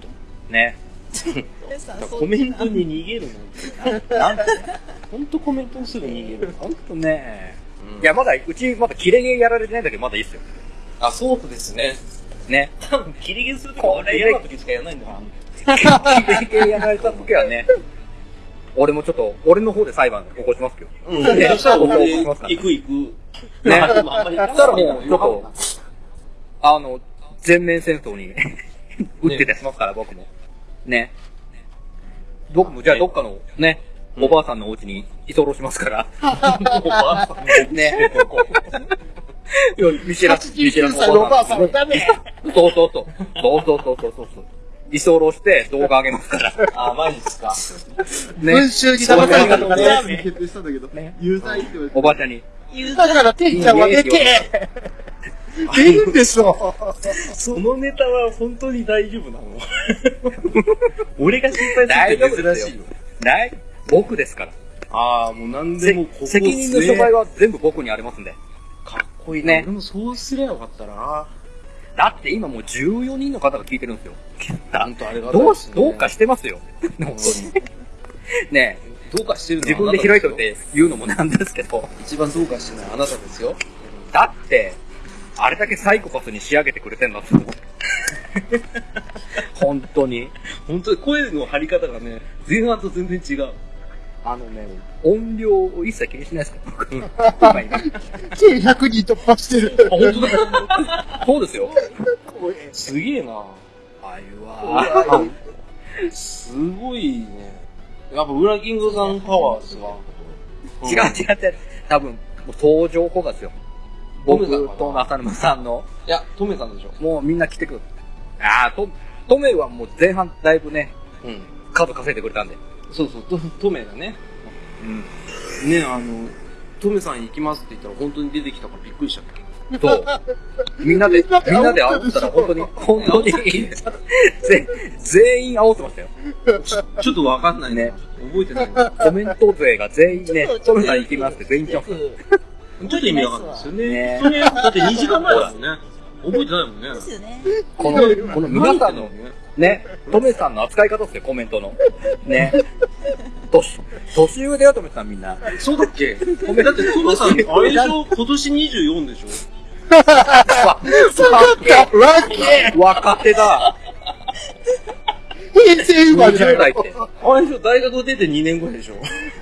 ね。 コメントに逃げるの。 なんでほんとコメントにすぐ逃げる。 ほんとね。いや、まだ、うちまだキレゲーやられてないんだけど、まだいいっすよ。 あ、そうですね。 ね。 多分、キレゲーするときは嫌なときしかやらないんだな。 キレゲーやられたときはね、俺もちょっと、俺の方で裁判起こしますけど。 うん。そしたら俺、行く行く。 ね。そしたらもう、ちょっと、あの、全面戦争に打って出しますから、僕も。ね。僕も、じゃあどっかの、ね、おばあさんのお家に居候しますから。おばあさんのお家ね。見知らず、見知らずおばあさんはダメ。 そうそうそう。そうそうそうそうそう。居候して動画上げますから。 あ、マジっすか。 ね。 文集に騙されたとかね。 決定したんだけど、ユーザーって言われて。 おばあちゃんに。 だから、てんちゃんはでけえ。出るんでしょ。 そのネタは本当に大丈夫なの俺が心配するって珍しいよ。 大僕ですから。 ああ、もう何でもここ責任の所在は全部僕にありますんで。 かっこいいね。 俺もそうすりゃよかったな。 だって今もうじゅうよにんの方が聞いてるんですよ。 本当あれがどうどうかしてますよ。本当に。ねえ。どうかしてるの自分で開いといて言うのもなんですけど。 一番どうかしてるのはあなたですよ。 だって、あれだけサイコパスに仕上げてくれてんだって。本当に。 本当に声の張り方がね、前半と全然違う。 あのね、音量を一切気にしないですから。今計ひゃくにん突破してる。 あ、本当だ。そうですよ。 すげえな。 あいうわ。 すごいね。やっぱウラキングさんパワーですわ。 違う違う違う。多分、もう登場後ですよ。僕と浅沼さんの。 いや、トメさんでしょ。 もうみんな来てくる。ああ、ト、トメはもう前半だいぶね、 うん。 数稼いでくれたんで。 そうそう、ト、トメがね。うん。ね、あの、トメさん行きますって言ったら本当に出てきたからびっくりしちゃった。 そう。みんなで、みんなで煽ったら本当に、本当に、全員煽ってましたよ。 ちょっとわかんないね。覚えてない。 コメント勢が全員ね、トメさん行きますって全員言ってます。 ちょっと意味わかんないですよね。それ、だってにじかんまえだもんね。覚えてないもんね。 ですよね。 この、この皆さんの、ね、トメさんの扱い方ですよ、コメントの。ね。年、年上だよ、トメさんみんな。 そうだっけ？だってトメさん、あれでしょ？今年にじゅうよんでしょ？若手だ。 平成生まれじゅう代って。 あれでしょ？大学出てにねんごでしょ？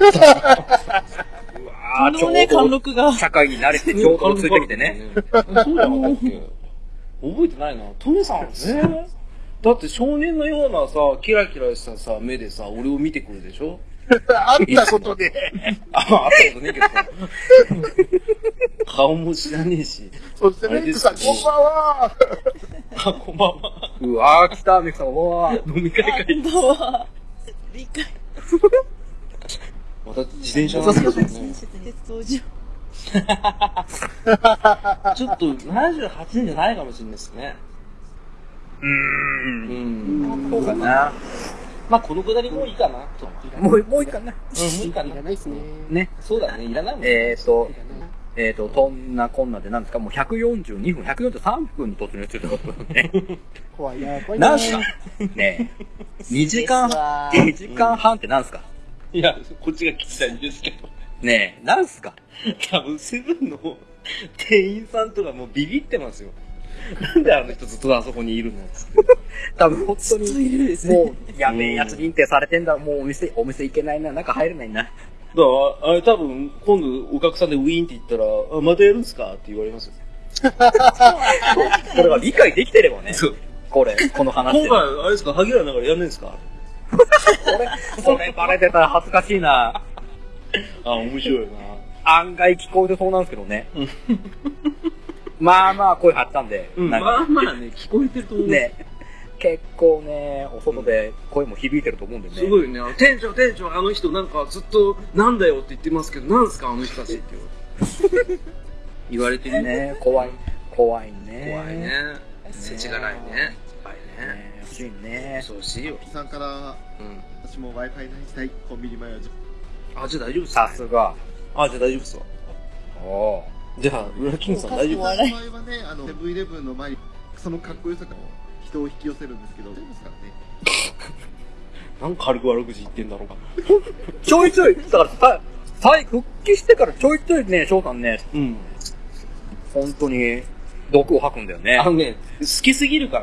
あこのね、貫禄が。 社会に慣れてちょうどついてきてね。 そうじゃなかったっけ？覚えてないな。トメさんね。だって少年のようなさ、キラキラしたさ、目でさ、俺を見てくるでしょ？ 会ったことで。 あ、会ったことねえけどさ。顔も知らねえし。 そしてメイクさん、こんばんは。 あ、こんばんは。 うわー、来た、メイクさん、うわー。 飲み会会。 こんばんは。理解。 また自転車なんですよね。 鉄道上。 ちょっとななじゅうはちねんじゃないかもしれないですね。 うーん。 うん。 そうかな。 まあ、このくだりもういいかな。 もう、もういいかな。 うん、もういいかな。 いらないっすね。 ね。 そうだね、いらないもんね。 えーと、えーと、そんなこんなでなんですか、もうひゃくよんじゅうにふん、ひゃくよんじゅうさんぷんに突入してるところね。 怖いな、怖いな。 なんすかねえ。にじかん、にじかんはんってなんすかいや、こっちが聞きたいんですけど。 ねえ、なんすか多分、セブンの店員さんとかもうビビってますよ。なんであの人ずっとあそこにいるのつって。 多分本当に、もう、やべえやつ認定されてんだ。もうお店、お店行けないな。中入れないな。 だから、あれ多分、今度お客さんでウィーンって言ったら、あ、またやるんすかって言われますよ。 これが理解できてればね。 そう。 これ、この話。 今回、あれですか、萩原ながらやんないんすかこれ、それバレてたら恥ずかしいな。 あ、面白いな。 案外聞こえてそうなんですけどね。まあまあ声張ったんで。 うん、まあまあね、聞こえてると思う。 ね。 結構ね、お外で声も響いてると思うんでね。 すごいよね。あの店長、店長、あの人なんかずっとなんだよって言ってますけど、なんすかあの人たちって言われてるね。怖い。怖いね。 怖いね。世知辛いね。怖いね。 欲しいね。 そうしいよ。 さんから、うん、私も Wi-Fi ないしたい、コンビニ前はじゅっぷん。あ、じゃあ大丈夫っす。 さすが。 あ、じゃあ大丈夫っすわ。 おじゃあ、ウラキングさん大丈夫私の場合はね、あの、セブンイレブンの前に、そのかっこよさから人を引き寄せるんですけど、大丈夫ですかね。 なんか軽く悪口言ってんだろうか。 ちょいちょい、だからさ、再復帰してからちょいちょいね、翔さんね、 うん。 本当に、毒を吐くんだよね。 あのね、好きすぎるから。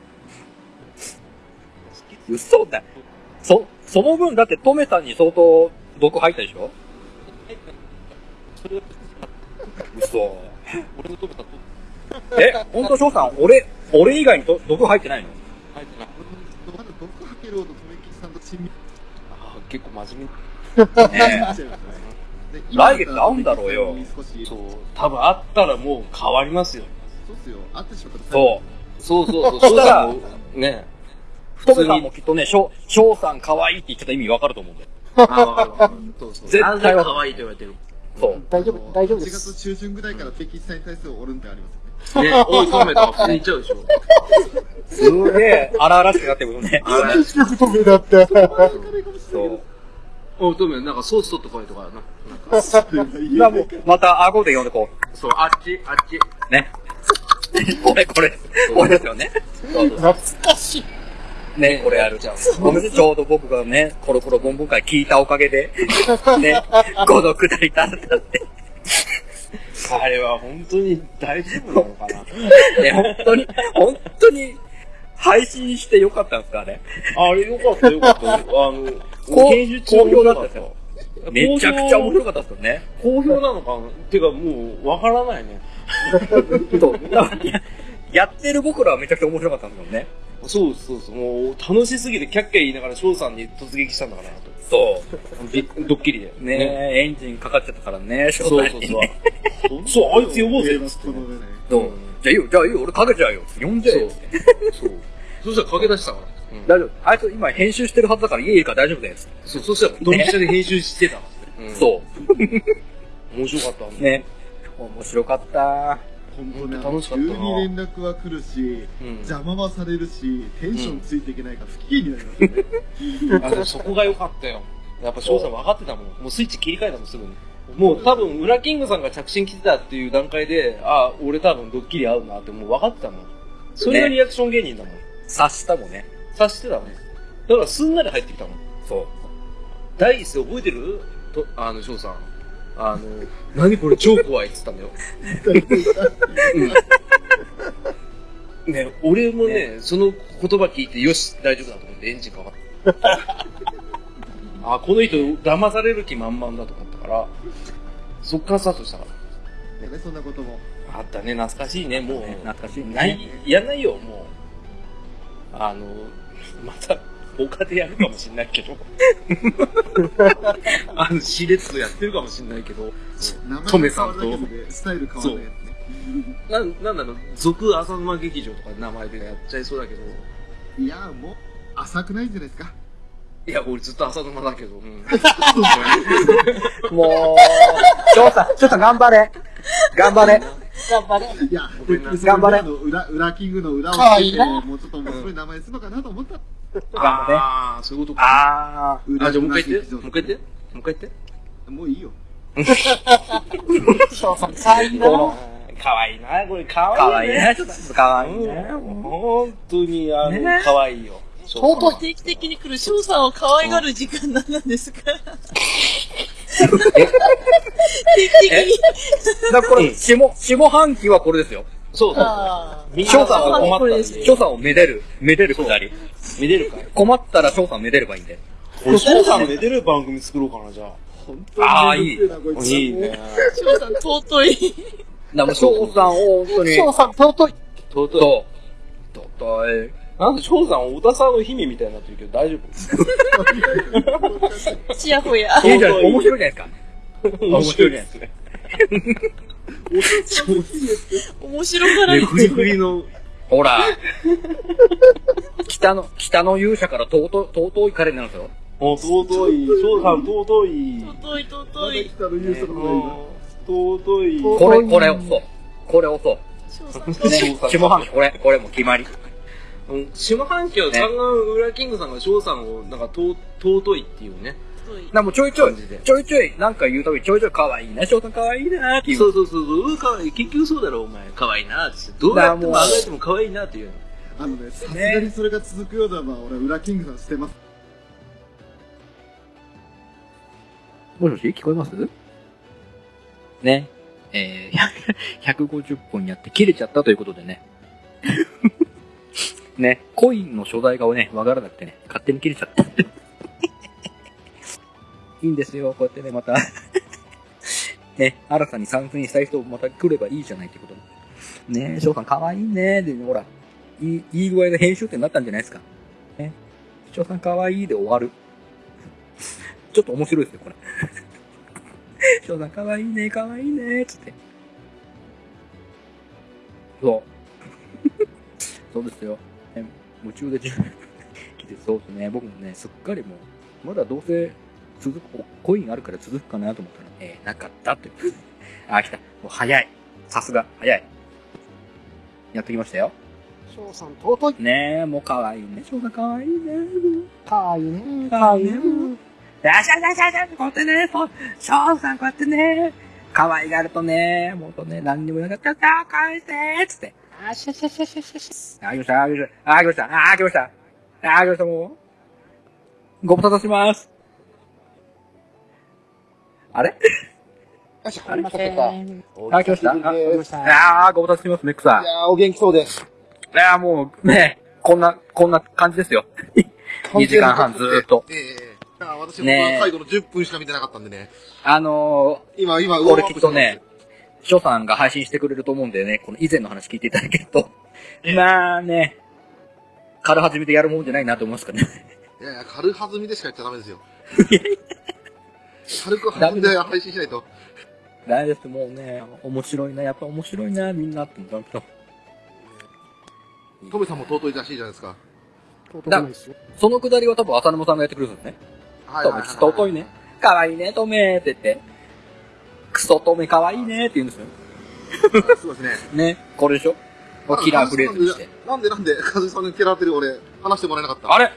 嘘だよ。そ、その分だってトメさんに相当毒吐いたでしょ嘘。 俺のトメさんえ、ほんと翔さん、俺、俺以外にと毒吐いてないの？ 入ってない。 まだ毒吐けるほど、とめきちさんと親密。 ああ、結構真面目。 ねえ。来月会うんだろうよ。 そう。多分会ったらもう変わりますよ。 そうっすよ。会ってしまったら。 そう。 そうそうそう。そうだもね。 トメさんもきっとね、翔、翔さん可愛いって言ってた意味わかると思うんだよ。 ああ、わかるわかる。そうそう。 絶対は可愛いと言われてる。 そう。 大丈夫、大丈夫でいちがつす。 中旬ぐらいから敵さんに対するオルンテありますよね。 ね、おい、トメとか普通に言っちゃうでしょ。 すげえ荒々しくなってくるね。 あれ。 トメだって。 そう。 おい、トメ、なんかソース取ってこいとかな。なんか。 なもう、また顎で呼んでこそう、あっち、あっち。 う。ね。これ、これ。これですよね。そうそう懐かしい。 ね、これやるじゃん。ごめんね、ちょうど僕がね、コロコロボンボン会聞いたおかげで、ね、ごどくだりたったって。 あれは本当に大丈夫なのかな。 ね、本当に、本当に、配信してよかったんですかね。 あれよかったよかった。あの、 好研修中好評だったんですよ。めちゃくちゃ面白かったですよね。 好評なのかなてかもう、わからないね。 そう。だからややってる僕らはめちゃくちゃ面白かったんですよね。 そうそうそう。もう、楽しすぎてキャッキャ言いながら翔さんに突撃したんだからなと。 そう。 びドッキリで。 ねねエンジンかかっちゃったからね、翔そうさんにね。 そうそう。そう、あいつ呼ぼうぜ。つってね。 そう。じゃあいいよ、じゃあいいよ、俺かけちゃうよ。呼んじゃえよ。 そう。そしたら駆け出したから。 大丈夫。あいつ今編集してるはずだから家いるから大丈夫です。 そう、そしたらドンピシャで編集してた。 そう。 面白かった。 ね。面白かった。 本当ね、 楽しかったな急に連絡は来るし、 うん邪魔はされるし、テンションついていけないから不機嫌になりますよね。 あ、でもそこが良かったよ。やっぱ翔さん分かってたもん。もうスイッチ切り替えたもん、すぐに。もう多分、ウラキングさんが着信来てたっていう段階で、あ、俺多分ドッキリ合うなってもう分かってたもん。それがリアクション芸人だもん。 察したもんね。 察してたもん。だからすんなり入ってきたもん。 そう。 第一声覚えてると、あの、翔さん。あの、何これ超怖いって言ったんだよ。うん、ね、俺もね、その言葉聞いて、よし、大丈夫だと思ってエンジンかかった。あ、この人騙される気満々だと思ったから、そっからスタートしたから。 ね、そんなことも。 あったね、懐かしいね、もう。 懐かしいね。 ない、やんないよ、もう。あの、また、他でやるかもしんないけど。 あの、熾烈やってるかもしんないけど、 名前トメさんと変わるだけでスタイル変わらないやつね。 なん、なんだろう、俗浅沼劇場とか名前でやっちゃいそうだけど、 いや、もう、浅くないんじゃないですか。 いや、俺ずっと浅沼だけど、うん。 もう、翔さん、ちょっと頑張れ。頑張れ。 頑張れ。 いや、 頑張れその裏、裏キングの裏をかわいいつけて、 なもうちょっと面白い名前にするのかなと思った。 頑張れ。 あー、そういうことか。 あー。 あ、じゃあもう一回言って。 裏もう一回言って。もう一回言って。 もういいよ。 翔さん、かわいいな。 かわいいな、これかわいい、ね。 かわいいね。ちょっとかわいいね。 本当に、あの、 ねかわいいよ。 相当定期的に来る翔さんを可愛がる時間何なんですか？定期的に。 だからこれ、下、下半期はこれですよ。 そうそう。 あみんな翔さんを困ったら、 これです翔さんをめでる、めでるくだり。 めでるかい。 困ったら翔さんめでればいいんで。 俺、翔さんめでる番組作ろうかな、じゃあ。 本当にあーいいめんどくせえなこついいね。 翔さん尊い。 だから翔さんを本当に、 翔さん、尊い。 尊い。 そう。尊い。 なんで翔さん、小田さんの姫みたいになってるけど大丈夫？ ちやほや。 いいじゃない、面白いじゃないですか。 面白いですね。 面白がられね、フリフリのほら。北の、北の勇者から尊、尊い彼になるんですよ。 お、尊い。翔さん、尊い。 尊い、尊い。 北の勇者のことがいいな。 尊い。 これ、これをそう。これをそう。 翔さん、 ね、 尊い。 下半期、これ、これも決まり。 うん、下半期はガンガンウラキングさんが翔さんをなんかと尊いっていうね。 な、もうちょいちょい、ちょいちょい、なんか言うたびにちょいちょい可愛いな、翔さん可愛いなっていう。 そうそうそうそう、可愛い、結局そうだろお前、可愛いなって。どうやってもあがいても可愛いなっていう。 あのね、さすがにそれが続くような、まあ俺、ウラキングさんしてます。 もしもし聞こえますね。えー、ひゃくごじゅっぽんやって切れちゃったということでね。ね、コインの所在がね、わからなくてね、勝手に切れちゃった。いいんですよ、こうやってね、また。ね、新たに参戦したい人また来ればいいじゃないってことで。ねえ、翔さんかわいいねで、ほら、いい、いい具合で編集点になったんじゃないですか。ね。翔さんかわいいで終わる。ちょっと面白いですよ、これ。翔さんかわいいね、かわいいねつって。そう。そうですよ。ね、夢中で来て、そうですね。僕もね、すっかりもう、まだどうせ続く、コインあるから続くかなと思ったら、えー、なかったって。あ、来た。もう早い。さすが、早い。やってきましたよ。 翔さん尊い。 ねえ、もうかわいいね。翔さんかわいいね。 かわいいね。かわいいね。 よしよしよしよし、こうやってね、そう、翔さんこうやってね、可愛がるとね、もうとね、何にもなかったら、返せーつって。あしゃしゃしゃしゃしゃしゃ。あ、来ました、あ、来ました、あ、来ました、あ、来ました。あ、来ました、もう。ご無沙汰します。あれよいしょ、 ありません。 あ、来ました。あ、来ました。あー、ご無沙汰します、メックさん。 いやー、お元気そうで。 いやー、もう、ね、こんな、こんな感じですよ。にじかんはんずーっと。 ええー、私も最後のじゅっぷんしか見てなかったんでね。 あのー、今、今、 これきっとね、翔さんが配信してくれると思うんでね、この以前の話聞いていただけると、まあね、軽はずみでやるもんじゃないなと思いますからね。 いやいや、軽はずみでしかやっちゃダメですよ。軽くはずみで配信しないと。 ダメです、もうね、面白いな、やっぱ面白いな、みんなって思った。 トメさんも尊いらしいじゃないですか。 尊くないですよ。 そのくだりは多分浅沼さんがやってくれるんですね。 はいはいはい、はい。 尊いね。かわいいね、トメーって言って。クソトメかわいいねって言うんですよ。 そうですね。 ね、これでしょキラーフレーズにして。 なんでなんで、カズさんに嫌われてる俺、話してもらえなかった。 あれ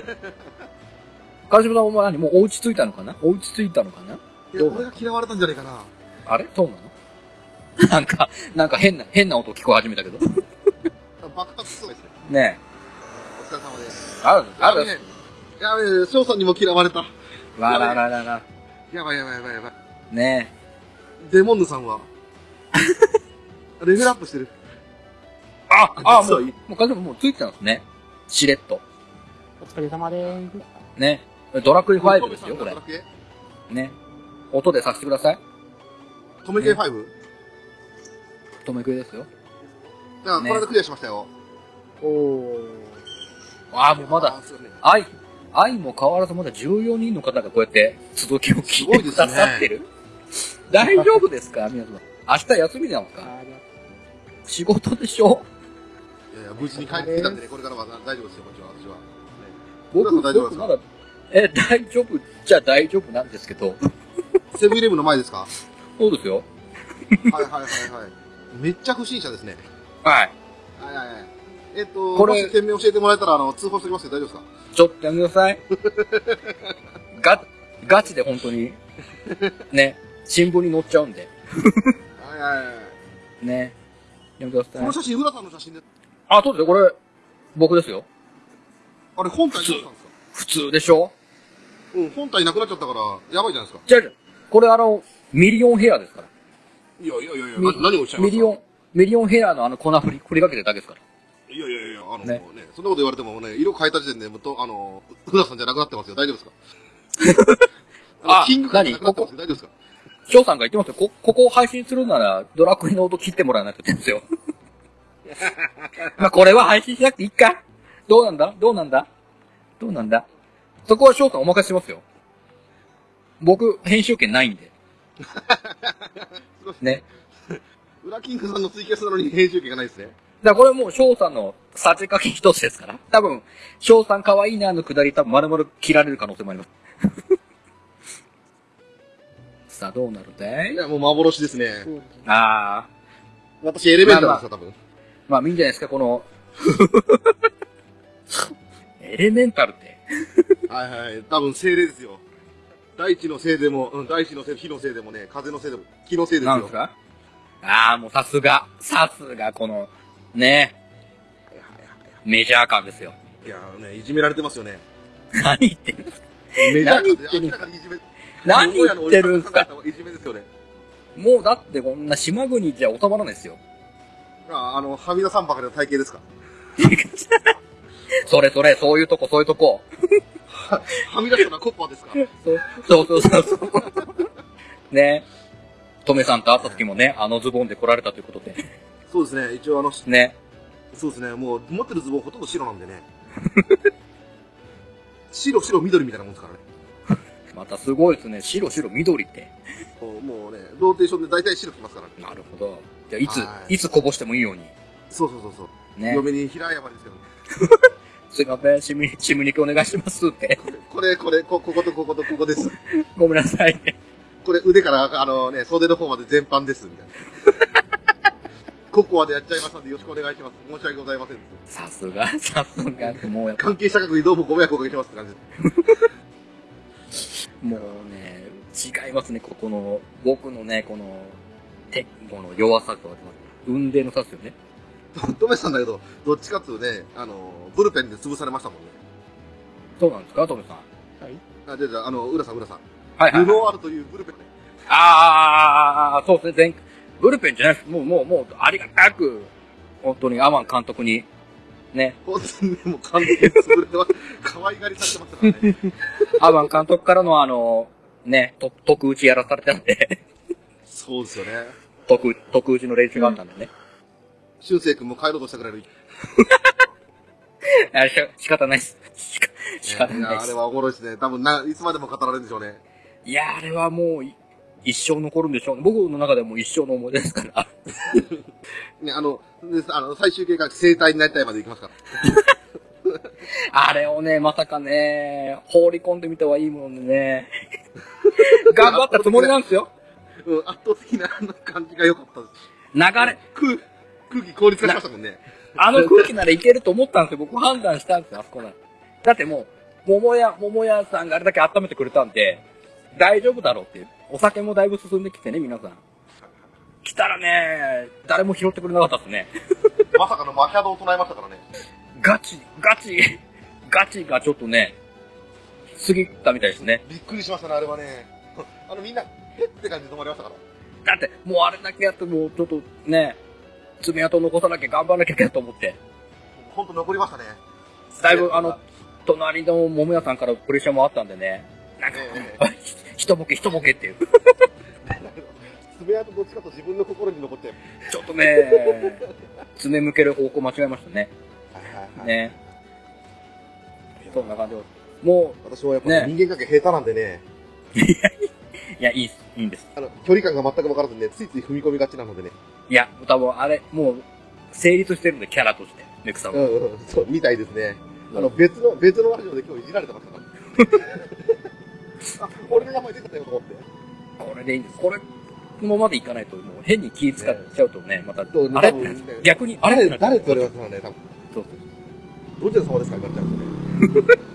カズさんお前何もうお家着いたのかなお家着いたのかないや、俺が嫌われたんじゃないかな。 あれそうなのなんか、なんか変な、変な音聞こえ始めたけど。 爆発しそうですね。 ねえ。お疲れ様です。 ある、ある。 やべえ、翔さんにも嫌われた。 わらららら。 やばいやばいやばいやばい。 ねえ。デモンヌさんはレベルアップしてる。 あ、あ、もう、もうカズさんもう着いてたんですね。しれっと。 お疲れ様でーす。 ね。ドラクエファイブですよ、これ。ね。音でさせてください。 トメケイ ファイブ？ トメクエですよ。 だから、これでクリアしましたよ。 おー。 ああ、もうまだ、愛、愛も変わらずまだじゅうよにんの方がこうやって続きを聞いてくださってる。大丈夫ですか皆さん。明日休みなのか仕事でしょいやいや、無事に帰ってきたんでね、これからは大丈夫ですよ、こっちは、私は。 僕、僕まだ、え、大丈夫じゃ大丈夫なんですけど。 セブンイレブンの前ですか？ そうですよ。 はいはいはいはい。めっちゃ不審者ですね。 はい。 はいはいはい。えっと、 これ、 もし件名教えてもらえたら、あの、通報しておきますけど大丈夫ですか？ ちょっとやめてください。ガ、ガチで本当に、ね、新聞に載っちゃうんで。 はいはいはい。 ね。やめてください。 この写真、浦さんの写真で。 あ、そうですよ、これ、僕ですよ。 あれ、本体どうしたんですか？ 普通でしょうん、本体なくなっちゃったから、やばいじゃないですか。 じゃじゃ、これあの、ミリオンヘアですから。 いやいやいやいや、何をおっしゃいますか？ ミリオン、ミリオンヘアのあの粉振り、振りかけてるだけですから。 いやいやいや、あの、 ね、 ね、そんなこと言われてもね、色変えた時点で、もっと、あの、浦さんじゃなくなってますよ。大丈夫ですか？あ、キングカーじゃなくなってますよ。大丈夫ですか？ 翔さんが言ってますよ。こ、ここを配信するなら、ドラクエの音切ってもらわないと言ってるんですよ。まあ、これは配信しなくていいか？どうなんだどうなんだどうなんだそこは翔さんお任せしますよ。僕、編集権ないんで。ね。 裏キングさんのツイキャスなのに編集権がないですね。 からこれもう翔さんのさじ加減一つですから。多分、翔さん可愛いなのくだり多分丸々切られる可能性もあります。さあ、どうなるんだい？ いや、もう幻ですね。 ああ。 私、エレメンタルですよ、多分。 まあ、いいんじゃないですか、この、エレメンタルって。 はいはい。多分、精霊ですよ。大地のせいでも、うん、大地のせい、火のせいでもね、風のせいでも、木のせいですよ。 なんですか？ああ、もうさすが、さすが、この、ね、メジャー感ですよ。 いやーね、いじめられてますよね。 何言ってるんですか？ メジャー感で何言ってる明らかにいじめ。 何言ってるんですか？ いじめですよね。 もうだってこんな島国じゃ収まらないですよ。 あ、あの、はみ出さんばかりの体型ですか？ それそれ、そういうとこ、そういうとこ。 は、はみ出したのはコッパーですか？ そうそうそうそう。ね。トメさんと会った時もね、あのズボンで来られたということで。 そうですね、一応あの、 ね。 そうですね、もう持ってるズボンほとんど白なんでね。白、白、緑みたいなもんですからね。 またすごいですね。白、白、緑って。 もうね、ローテーションで大体白着ますからね。 なるほど。じゃあ、いつ、いつこぼしてもいいように。 そうそうそうそう。 ね。 嫁に平謝りですけどね。 すいません、しみ、しむ肉お願いしますって。 これ、これ、こ、こことこことここです。 ごめんなさいね。 これ腕から、あのね、袖の方まで全般です、みたいな。ココアでやっちゃいましたんでよろしくお願いします。申し訳ございません。 さすが、さすが、もうやっぱ。 関係者各位どうもご迷惑をおかけしますって感じです。 もうね、違いますね、ここの、僕のね、この、手、この弱さとは、運命の差ですよね。 トメさんだけど、どっちかっていうとね、あの、ブルペンで潰されましたもんね。 そうなんですか、トメさん。 はい。 あ、じゃあ、じゃあ、あの、浦さん、浦さん。 はいはい、はい。 ルノワールというブルペンね。 ああ、そうですね、前、ブルペンじゃないです。もう、もう、もう、ありがたく、本当にアマン監督に、ね。 本当にね、もう完全に潰れてます。可愛がりされてましたからね。 アマン監督からのあの、ね、と、特打ちやらされたんで。 そうですよね。 特、特打ちの練習があったんでね。 俊生君も帰ろうとしたくらいの。 あし、仕方ないっす。しか、仕方いや、 ないっす。 あれはおもろいですね。多分な、いつまでも語られるんでしょうね。 いや、あれはもう、一生残るんでしょうね。僕の中でも一生の思い出ですから。 ね、あの、であの、最終形が生体になりたいまで行きますから。 あれをね、まさかね、放り込んでみてはいいものでね。頑張ったつもりなんですよ。 うん、圧倒的なあの感じが良かったです。 流れ。 空、空気効率化しましたもんね。 あの空気ならいけると思ったんですよ。僕判断したんですよ、あそこなら。だってもう、桃屋、桃屋さんがあれだけ温めてくれたんで、大丈夫だろうっていう。お酒もだいぶ進んできてね、皆さん。来たらね、誰も拾ってくれなかったですね。 まさかのマヒャドを唱えましたからね。 ガチ、ガチ、ガチがちょっとね、過ぎたみたいですね。 びっくりしましたね、あれはね。あのみんな、へって感じで止まりましたから。 だって、もうあれだけやっても、ちょっとね、爪痕残さなきゃ頑張らなきゃと思って。 ほんと残りましたね。 だいぶ、あの、隣の桃屋さんからプレッシャーもあったんでね。なんか、えー、一ボケ一ボケっていう。 爪痕どっちかと自分の心に残って。 ちょっとね、爪向ける方向間違えましたね。 はいはいはい。 ね。そんな感じで。もう、私はやっぱ、ね、人間関係下手なんでね。 いや、いい、いいんです。 あの、距離感が全く分からずね、ついつい踏み込みがちなのでね。 いや、多分あれ、もう、成立してるんで、キャラとして、メクさんは。 うんうん、そう、みたいですね。あの、別の、別のラジオで今日いじられてましたから。あ、俺の名前出てたよと思って。 これでいいんです。これ、このままでいかないと、もう変に気使っちゃうとね、また、 そうあれ、ね、逆に、あれ誰、誰って言われますからね、多分。 そうそう。どちら様ですか言われちゃうんですね。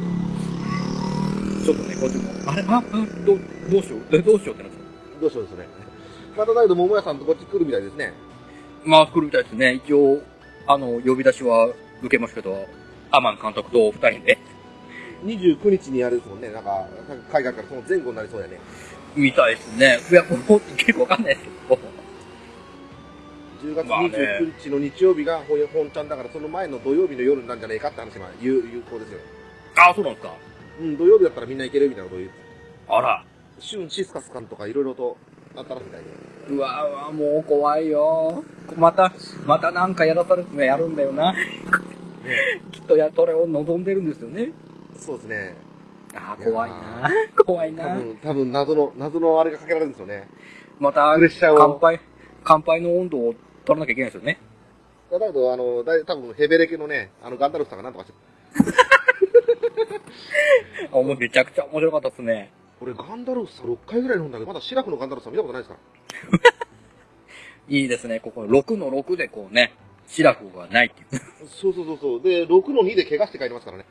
ちょっとね、こっちも、あれ、あ、あ、どう、どうしよう、どうしようってなってどうしようですね。まただけど、桃屋さんとこっち来るみたいですね。 まあ、来るみたいですね。一応、あの、呼び出しは受けましたけど、アマン監督と二人で。 にじゅうくにちにあれですもんね、なんか、海外からその前後になりそうやね。 みたいですね。いや、もう、結構わかんないですけど。 じゅうがつにじゅうくにちの日曜日が本本ちゃんだから、その前の土曜日の夜なんじゃないかって話が有効ですよ。 ああ、そうなんですか。 うん、土曜日だったらみんな行けるみたいなことを言う。 あら。 シュンシスカス監とかいろいろとあったらみたいで。 うわうわ、もう怖いよ。また、またなんかやらされてやるんだよな。きっとや、それを望んでるんですよね。 そうですね。 ああ、怖いな。怖いな。 多分、多分謎の、謎のあれがかけられるんですよね。 また、 プレッシャーを乾杯、乾杯の温度を取らなきゃいけないですよね。 だけど、あの、だい多分ヘベレケのね、あの、ガンダルフさんがなんとかして。 あ、もうめちゃくちゃ面白かったっすね。 俺、ガンダルフさんろっかいぐらい飲んだけど、まだシラフのガンダルフさん見たことないですから。 いいですね、ここ、ろくのろくでこうね、シラフがないっていう。 そうそうそうそう。で、ろくのにで怪我して帰りますからね。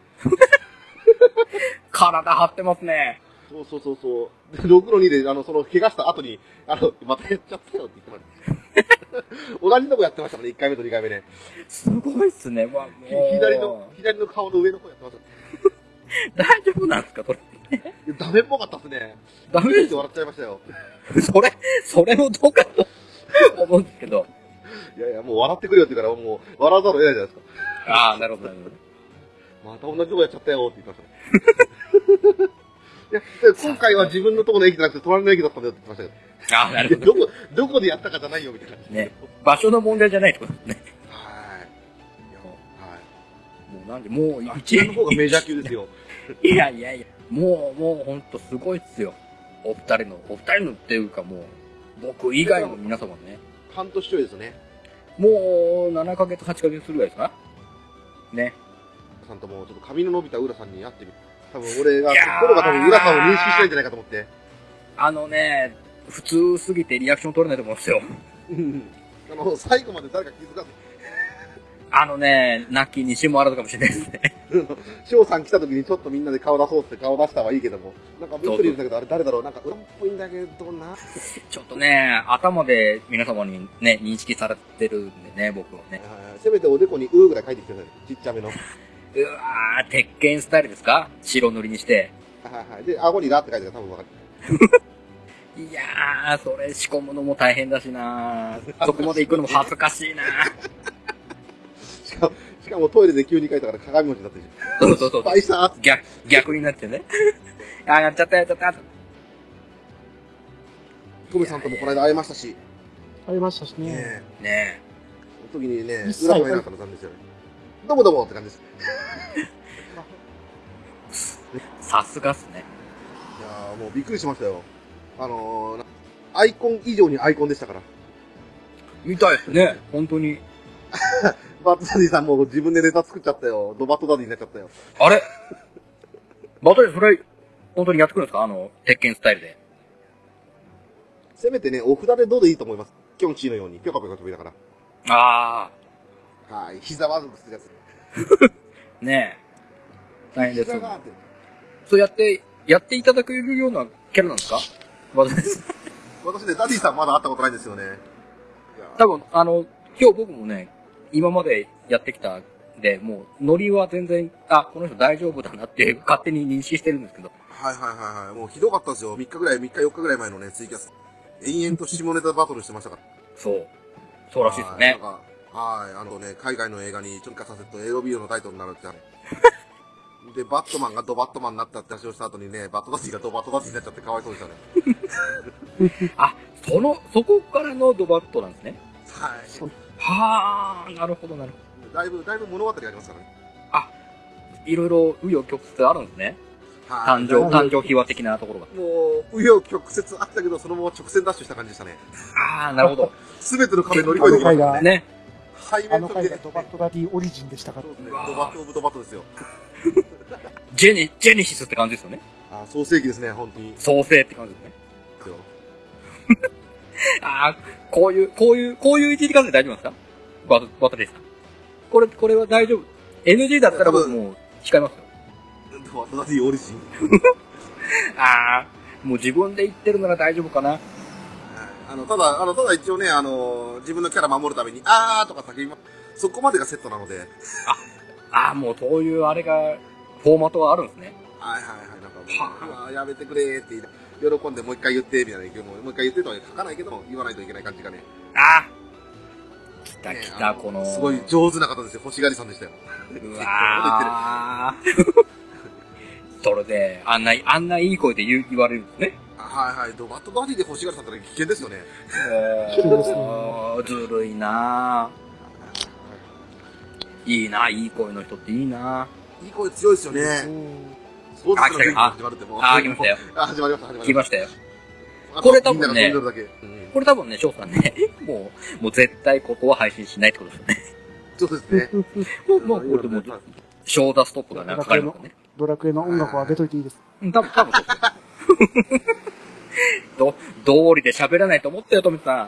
体張ってますね。 そうそうそうそう。で、ろくのにで、あの、その、怪我した後に、あの、またやっちゃったよって言ってました。同じとこやってましたもんね、いっかいめとにかいめね。 すごいっすね、まあ、もう左の、左の顔の上の方やってました。 大丈夫なんですか、それ。 ダメっぽかったっすね。 ダメです笑っちゃいましたよ。 それ、それもどうかと思うんですけど。 いやいや、もう笑ってくれよって言うから、もう、笑わざるを得ないじゃないですか。 ああ、なるほど、なるほど。 また同じとこやっちゃったよって言ってましたね。いや、で今回は自分のとこの駅じゃなくて、隣の駅だったんだよって言ってましたけど。 ああ、なるほど。 どこ、どこでやったかじゃないよ、みたいな。 ね。場所の問題じゃないってことですね。 はい。いや、はい。 もうなんで、もうあっちの方がメジャー級ですよ。 いやいやいや、もう、もうほんとすごいっすよ。お二人の、お二人のっていうかもう、僕以外の皆様ね。 半年ちょいですね。 もう、ななかげつ、はちかげつするぐらいですかね。 さんとも、ちょっと髪の伸びた浦さんに会ってみる。多分俺が、心が多分浦さんを認識しないんじゃないかと思って。 あのね、普通すぎてリアクション取れないと思うんですよ。 うん。あの、最後まで誰か気づかず。 あのね、泣き西もあるかもしれないですね。 翔さん来た時にちょっとみんなで顔出そうって顔出したはいいけども、なんかもう一人いるんだけど、あれ誰だろう、なんか裏っぽいんだけどな。 ちょっとね、頭で皆様にね、認識されてるんでね、僕はね。 せめておでこにうーぐらい書いてきてください。ちっちゃめの。はうわー、鉄拳スタイルですか？白塗りにして。 いはい。で、顎にラって書いてるから多分わかる。 いやー、それ仕込むのも大変だしなー。そこまで行くのも恥ずかしいなー。 しかも、しかもトイレで急に書いたから鏡文字になってるじゃん。 そうそうそう。 失敗したー逆、逆になってね。あー、やっちゃったやっちゃった。 トメさんともこの間会いましたし。 ありましたしね。 ねえ。 ねその時にね、 一切裏がいなかったのなんですよね。どうもどうもって感じです。 え。さすがっすね。 いやーもうびっくりしましたよ。あのー、アイコン以上にアイコンでしたから。 みたいですね。本当に。 バットダディさんも自分でネタ作っちゃったよ。ドバットダディになっちゃったよ。 あれバトルそれ、本当にやってくるんですか？あの、鉄拳スタイルで。 せめてね、お札でどうでいいと思います。キョンチーのように、ぴょかぴょか飛びながら。 あはい。膝悪くするやつ。 ー。ねえ。大変です。 膝があって。 そうやって、やっていただけるようなキャラなんですか？バトルです。 私ね、ダディさんまだ会ったことないんですよね。 多分、あの、今日僕もね、今までやってきたで、もう、ノリは全然、あ、この人大丈夫だなって勝手に認識してるんですけど。 はいはいはいはい。もうひどかったですよ。みっかぐらい、みっかよっかぐらい前のね、ツイキャス。延々と下ネタバトルしてましたから。 そう。そうらしいですね。 なんか、はい、あのね、海外の映画にちょっかさせるとエロビデオのタイトルになるってあれ。で、バットマンがドバットマンになったって話をした後にね、バットダディがドバットダディになっちゃってかわいそうでしたね。 あ、その、そこからのドバットなんですね。 はい。 はー、なるほどなるほど。 だいぶ、だいぶ物語ありますからね。 あ、いろいろ紆余曲折あるんですね。 はい。 誕生、誕生秘話的なところが。 もう、紆余曲折あったけど、そのまま直線ダッシュした感じでしたね。 あー、なるほど。 すべての壁乗り越えてきましたからね。 ね。 背面飛びであの回が。ドバットダディオリジンでしたから。 そうですね。ドバットオブドバットですよ。 ジェネ、ジェネシスって感じですよね。 あ、創世記ですね、本当に。 創世って感じですね。あー、こういう、こういう、こういういじり方で大丈夫なんですか？バト、バトですか？これ、これは大丈夫。エヌジー だったら僕もう控えますよ。 ドバットダディオリジン。 あー、もう自分で言ってるなら大丈夫かな。 あの、ただ、あの、ただ一応ね、あの、自分のキャラ守るために、あーとか叫びま、そこまでがセットなので。 あー、もうそういうあれが、フォーマットがあるんですね。 はいはいはい、なんかもう、うわーやめてくれーって言い、喜んでもう一回言って、みたいな意見も、もう一回言ってとは書かないけども、言わないといけない感じがね。 あー、来たね来た、この。 すごい上手な方ですよ、欲しがりさんでしたよ。 うわー。それで、あんな、あんないい声で言う、言われるんですね。 はいはい、ドバットダディで欲しがりさんって危険ですよね。 危険ですねおー、ずるいなぁ。いいな、いい声の人っていいな。 いい声強いですよね。そうですよね。始まるってもう。 あ、来ましたよ。 あ、始まりました、始まりました。 来ましたよ。これ多分ね、 ここれ多分ね、翔さんね、もう、もう絶対ここは配信しないってことですよね。 そうですね。 もう、もう、これでもう、ショーダーストップがね、かかりますからね。 ドラクエの音楽を上げといていいですか？ うん、多分、多分そうですよ。ど、道理で喋らないと思ったよ、トミさん。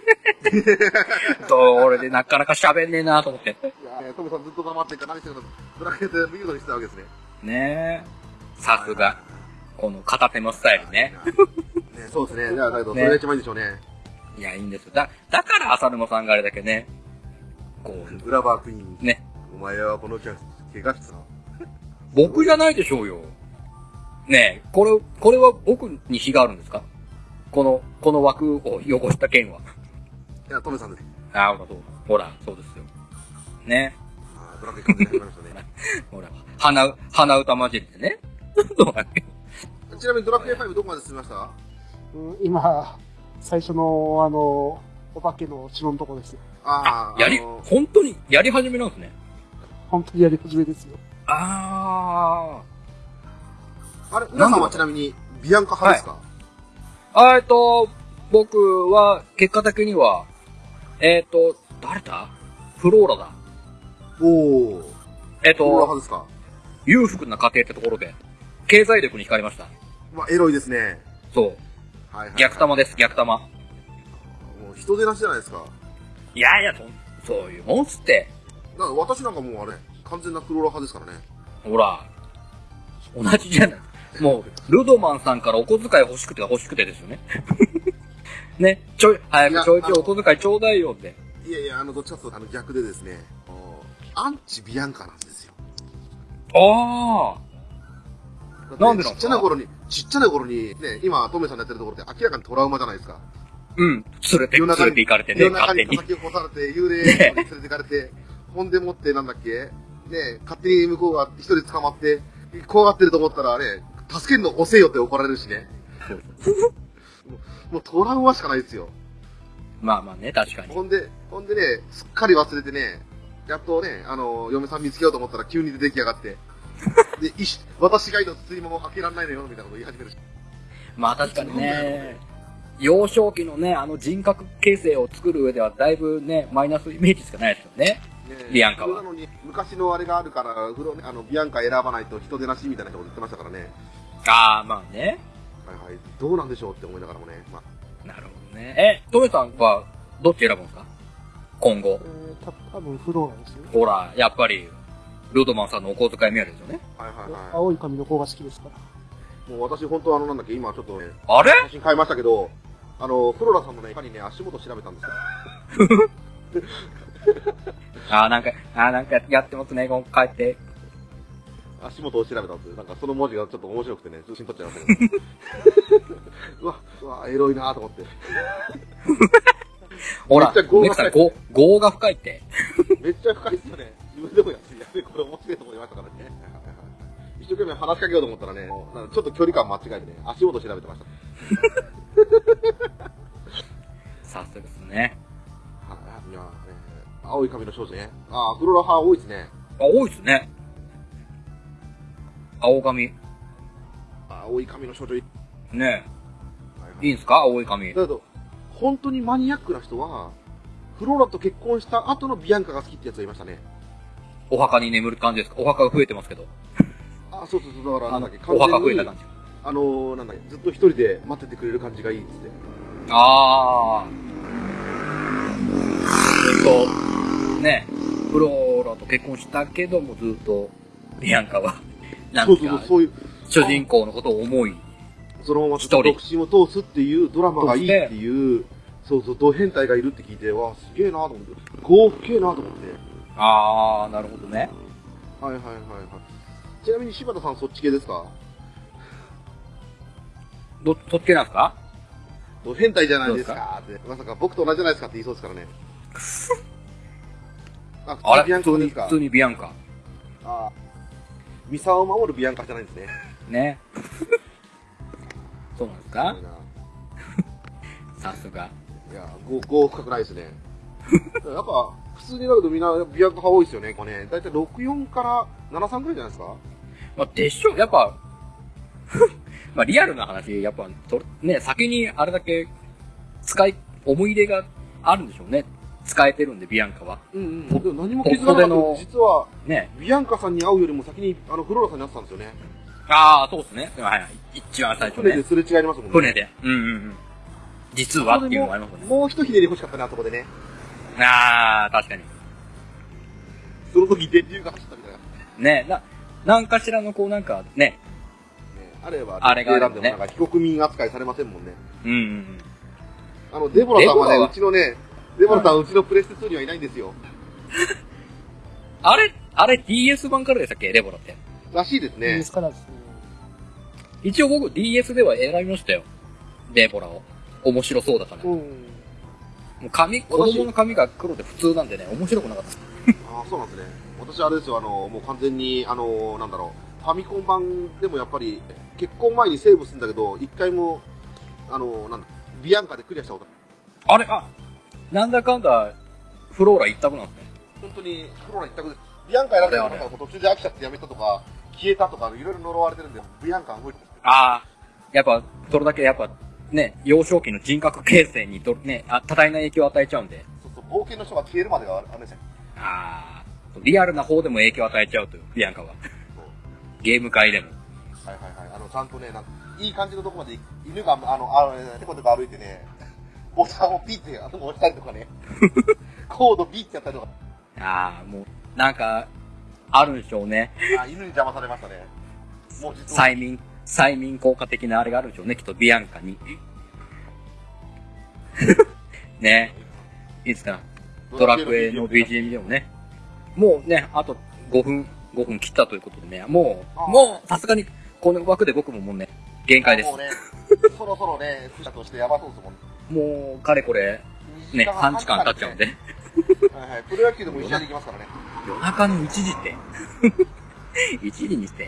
道理でなかなか喋んねえなと思って。 いや、トムさんずっと黙ってるから何してるのドラクエで見事にしたわけですね。 ねえ。さすが。この片手のスタイルね。 ね、そうですね。じゃあ、だけど、それが一番いいでしょうね。 いや、いいんですよ。だ、だから浅沼さんがあれだけね、こう、 裏バークイーン。 ね。 お前はこの怪我したの？ 僕じゃないでしょうよ。ねえ、これ、これは僕に非があるんですか？この、この枠を汚した件は。 いや、トメさんです。 ああ、ほら、そう。ほら、そうですよ。ね。 ああ、ドラクエ完全に始まりましたね。 ほら、鼻、鼻歌混じりでね。 ちなみにドラクエファイブどこまで進みました？ うん、今、最初の、あの、お化けの城のとこですよ。 ああ、 やり、 あのー、 本当にやり始めなんですね。 本当にやり始めですよ。 ああれ、皆さんはちなみに、ビアンカ派ですか？ あ。えっと、僕は、結果的には、えっと、誰だ？フローラだ。 おー。 えっフローラ派と、 ですか？ 裕福な家庭ってところで、経済力に惹かれました。 まあ、エロいですね。 そう。 はいはい。 逆玉です、逆玉。 もう人出なしじゃないですか。 いやいや、そ、そういうもんっつって。 だから私なんかもうあれ、完全なフローラ派ですからね。 ほら、同じじゃない。もう、ルドマンさんからお小遣い欲しくて欲しくてですよね。ね、ちょい、早くちょいちょいお小遣いちょうだいよって。 いやいや、あの、どっちかというとあの逆でですね、アンチビアンカなんですよ。 ああ。なんでなんちっですか？ ちゃな頃に、ちっちゃな頃に、ね、今、トメさんのやってるところって明らかにトラウマじゃないですか。 うん。連れて、連れて行かれてね、 夜中勝手に。 に叩き起こされて、幽霊に連れて行かれて、ほんでもってなんだっけね、勝手に向こうが一人捕まって、怖がってると思ったらね、助けるの遅せよって怒られるしね。もう、もうトラウマしかないですよ。 まあまあね、確かに。 ほんで、ほんでね、すっかり忘れてね、やっとね、あの、嫁さん見つけようと思ったら急に出てきやがって、で、いし、私がいの包み物を開けられないのよ、みたいなこと言い始めるし。 まあ確かにね、幼少期のね、あの人格形成を作る上ではだいぶね、マイナスイメージしかないですよね。 ねビアンカはなのに、昔のあれがあるから、風呂ね、あの、ビアンカ選ばないと人出なしみたいなこと言ってましたからね。 ああ、まあね。 はいはい。どうなんでしょうって思いながらもね。まあ、 なるほどね。え、トメさんはどっち選ぶんですか？今後。 えー、た多分フローラですよ。 ほら、やっぱり、ルドマンさんのお小遣い目当てですよね。 はいはいは青い髪の子が好きですから。 い。もう私本当はあの、なんだっけ、今ちょっとね、 あれ写真買いましたけど、あの、フローラさんのね、いかにね、足元調べたんですよ。 ああ、なんか、ああ、なんかやってますね、こう帰って。 足元を調べたんですよ。なんかその文字がちょっと面白くてね、写真撮っちゃいましたけど。うわ、うわ、エロいなぁと思って。 ほら、 めっちゃ業がメクさん、業、業が深いって。 めっちゃ深いっすよね。自分でもやって、やべえ、これ面白いと思いましたからね。一生懸命話しかけようと思ったらね、なんかちょっと距離感間違えてね、足元調べてました。 さすがですね。 はい、いや、えー、青い髪の少女ね。ああ、フローラ派多いですね。 あ、多いですね。青髪。 あ青い髪の少女いい。 ねはいえ。いいんすか青い髪。 だけど、本当にマニアックな人は、フローラと結婚した後のビアンカが好きってやつがいましたね。 お墓に眠る感じですか？お墓が増えてますけど。 あ、そうそうそう、だから、なんだっけ、 お墓増えた感じ。 あのー、なんだっけ、ずっと一人で待っててくれる感じがいいっつって。 ああ。ずっと、ね、フローラと結婚したけどもずっと、ビアンカは、なんか、 そうそうそう、そういう、 主人公のことを思い、 そのまま一人独身を通すっていうドラマがいいっていう、そうそう、ド変態がいるって聞いて、わあ、すげえなと思って、豪華けえなと思って。 ああ、なるほどね。 はいはいはいはい。ちなみに柴田さんそっち系ですか？ ど、そっちなんですか？ ド変態じゃないですかって。まさか僕と同じじゃないですかって言いそうですからね。あ、 あれビアンカ普通に、 ですか？ 普通にビアンカ。 ああ。ミサを守るビアンカじゃないんですね。 ね。そうなんですか？ すごいなさすが。 いや、ご、ご深くないですね。やっぱ、普通になるとみんなビアンカ派多いですよね。これね、だいたいろくよんからななさんくらいじゃないですか？ まあ、でしょ、やっぱ、まあ、リアルな話、やっぱ、それ、ね、先にあれだけ、使い、思い入れがあるんでしょうね。 使えてるんで、ビアンカは。 うんうん。でも何も気づかなかったけど、実は、 ね。 ビアンカさんに会うよりも先に、あの、フローラさんに会ってたんですよね。 ああ、そうですね。はいはい。一番最初ね。 船ですれ違いますもんね。 船で。うんうんうん。実はっていうのがありますね。 もう一ひねり欲しかったね、あそこでね。 ああ、確かに。 その時電流が走ったみたいな。 ね、な、なんかしらのこうなんかね。 ねあれは、 あれがあるでもなんか非国民扱いされませんもんね。 うんうんうん。 あの、デボラさんはね、うちのね、デボラさんはうちのプレステツーにはいないんですよ。 あれ、あれ ディーエス 版からでしたっけ、デボラって。 らしいですね。 ディーエス からですね。 一応僕 ディーエス では選びましたよ。デボラを。面白そうだから。うん。もう髪、子供の髪が黒で普通なんでね、面白くなかった。 ああ、そうなんですね。私あれですよ、あの、もう完全に、あの、なんだろう、ファミコン版でもやっぱり、結婚前にセーブするんだけど、一回も、あの、なんだ、ビアンカでクリアしたことあれあ、なんだかんだ、フローラ一択なんですね。 本当に、フローラ一択です。ビアンカ選んでなかったら途中で飽きちゃってやめたとか、消えたとか、いろいろ呪われてるんで、ビアンカは無理です。 ああ、やっぱ、それだけやっぱ、ね、幼少期の人格形成にど、ね、あ、多大な影響を与えちゃうんで。 そうそう、冒険の人が消えるまでがあれですよ。 ああ、リアルな方でも影響を与えちゃうという、ビアンカは。ゲーム界でも。 はいはいはい。あの、ちゃんとね、なんか、いい感じのとこまで犬が、あの、あの、テコテコ歩いてね、ボタンをピッて、あの、押したりとかね、コードピッてやったりとか。 ああ、もう、なんか、あるんでしょうね。 あ、犬に邪魔されましたね。もう実は。催眠、催眠効果的なあれがあるんでしょうね、きっとビアンカに。ね。いつか、ドラクエの ビージーエム でもね。もうね、あとごふん、ごふん切ったということでね、もう、もう、さすがに、この枠で僕ももうね、限界です。 もうね、そろそろね、不者としてやばそうですもんね。 もう、かれこれ、ね、さんじかん経っちゃうんで。 はいはい。プロ野球でも一試合できますからね。 夜中のいちじって。いちじにして。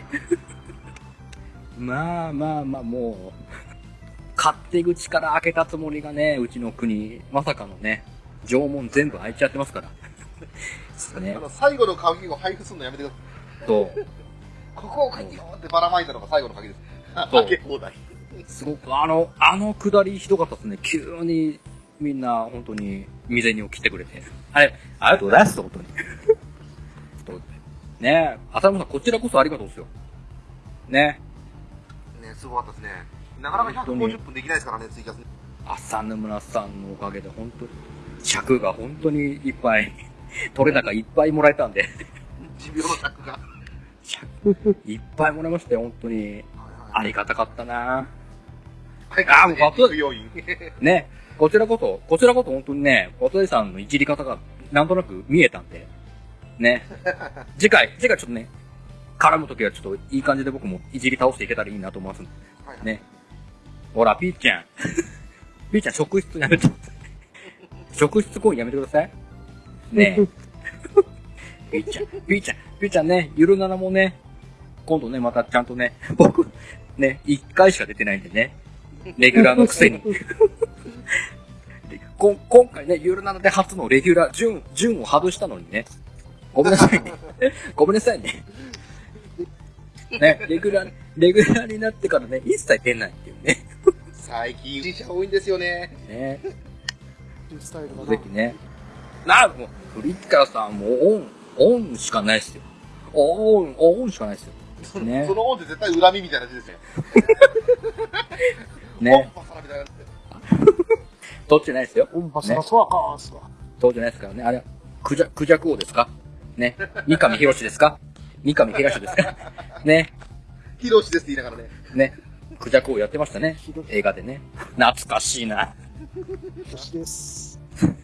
まあまあまあ、もう、勝手口から開けたつもりがね、うちの国、まさかのね、城門全部開いちゃってますから。 ね、あの最後の鍵を配布するのやめてください。 そう。 ここを鍵よってばらまいたのが最後の鍵です。開け放題。 すごく、あの、あの下りひどかったですね。急にみんな本当に未然に起きてくれて。あれ、ありがとうございます、本当に。ねえ、浅野さん、こちらこそありがとうですよ。ね。 ね、すごかったですね。なかなかひゃくごじゅっぷんできないですからね、ツイキャス。 浅沼さんのおかげで本当に、尺が本当にいっぱい、取れ高いっぱいもらえたんで。 持病の尺が。 尺、いっぱいもらいましたよ、本当に。はいはい、ありがたかったなはい、ああ、もうバトル要因。 ね、こちらこそ、こちらこそ本当にね、おとりさんのいじり方がなんとなく見えたんで。ね。次回、次回ちょっとね、絡むときはちょっといい感じで僕もいじり倒していけたらいいなと思いますんで。はいはい、ね。ほら、ピーちゃん。ピーちゃん、職質やめて。職質行為やめてください。ねえ。ピーちゃん、ピーちゃん、ピーちゃんね、ゆるななもね、今度ね、またちゃんとね、僕、ね、一回しか出てないんでね。レギュラーのくせに。こ今回ね、ゆるななで初のレギュラー、順、順を外したのにね。ごめんなさいね。ごめんなさいね。ね、レギュラー、レギュラーになってからね、一切出ないっていうね。 最近、自社多いんですよね。 ね。ぜひね。なあ、もう、フリッカーさんもオン、オンしかないっすよ。オン、オンしかないっすよ。ね。 そのオンって絶対恨みみたいな字ですよ。 ね。取ってないですよ。 オンパサラソワカースか。 取ってないですからね。あれ、クジャ、クジャク王ですかね。三上博史ですか三上博史ですかね。 ヒロシですって言いながらね。 ね。クジャク王やってましたね。映画でね。懐かしいな。 ヒロシです。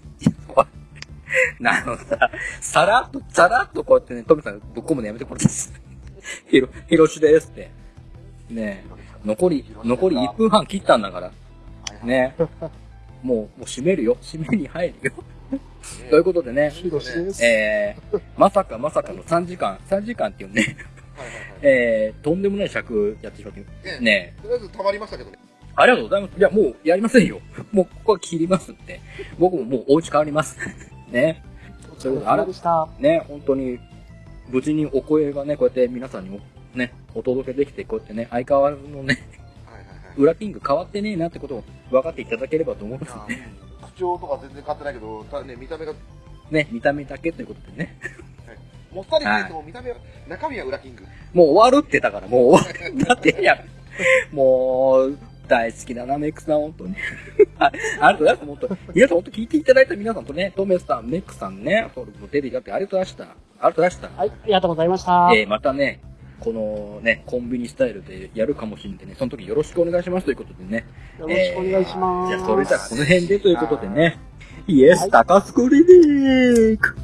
なのさ、さらっと、さらっとこうやってね、トミさんぶっ込むのやめてこれです。ヒロ、ヒロシですって。ねえ。残り、残りいっぷんはん切ったんだから。ねえ。もう、もう閉めるよ。閉めに入るよ。ということでね、えー、まさかまさかのさんじかん、さんじかんっていうね、えー、とんでもない尺やってしまって、ねとりあえず溜まりましたけどね。 ありがとうございます。いや、もうやりませんよ。もうここは切りますって。僕ももうお家変わります。ね。 そういうことあれでした。 ね、本当に、無事にお声がね、こうやって皆さんにもね、お届けできて、こうやってね、相変わらずのね、裏ピング変わってねえなってことを分かっていただければと思うんですね。 口徴とか全然変わってないけど、ただね、見た目が。 ね、見た目だけということでね。 もう二人って言っても見た目は、中身は裏キング。 もう終わるってだからもう終わる。だっていや、もう、大好きだな、メックさん、本当に。あありがとうございます、本当。皆さん、本当聞いていただいた皆さんとね、トメさん、メックさんね、登録も出ていただいてありがとうございました。ありがとうございました。 はい、ありがとうございました。 えー、またね、このね、コンビニスタイルでやるかもしれないんでね、その時よろしくお願いしますということでね。 よろしくお願いします。 えー、じゃあ、それじゃあこの辺でということでね、イエス、高須クリニック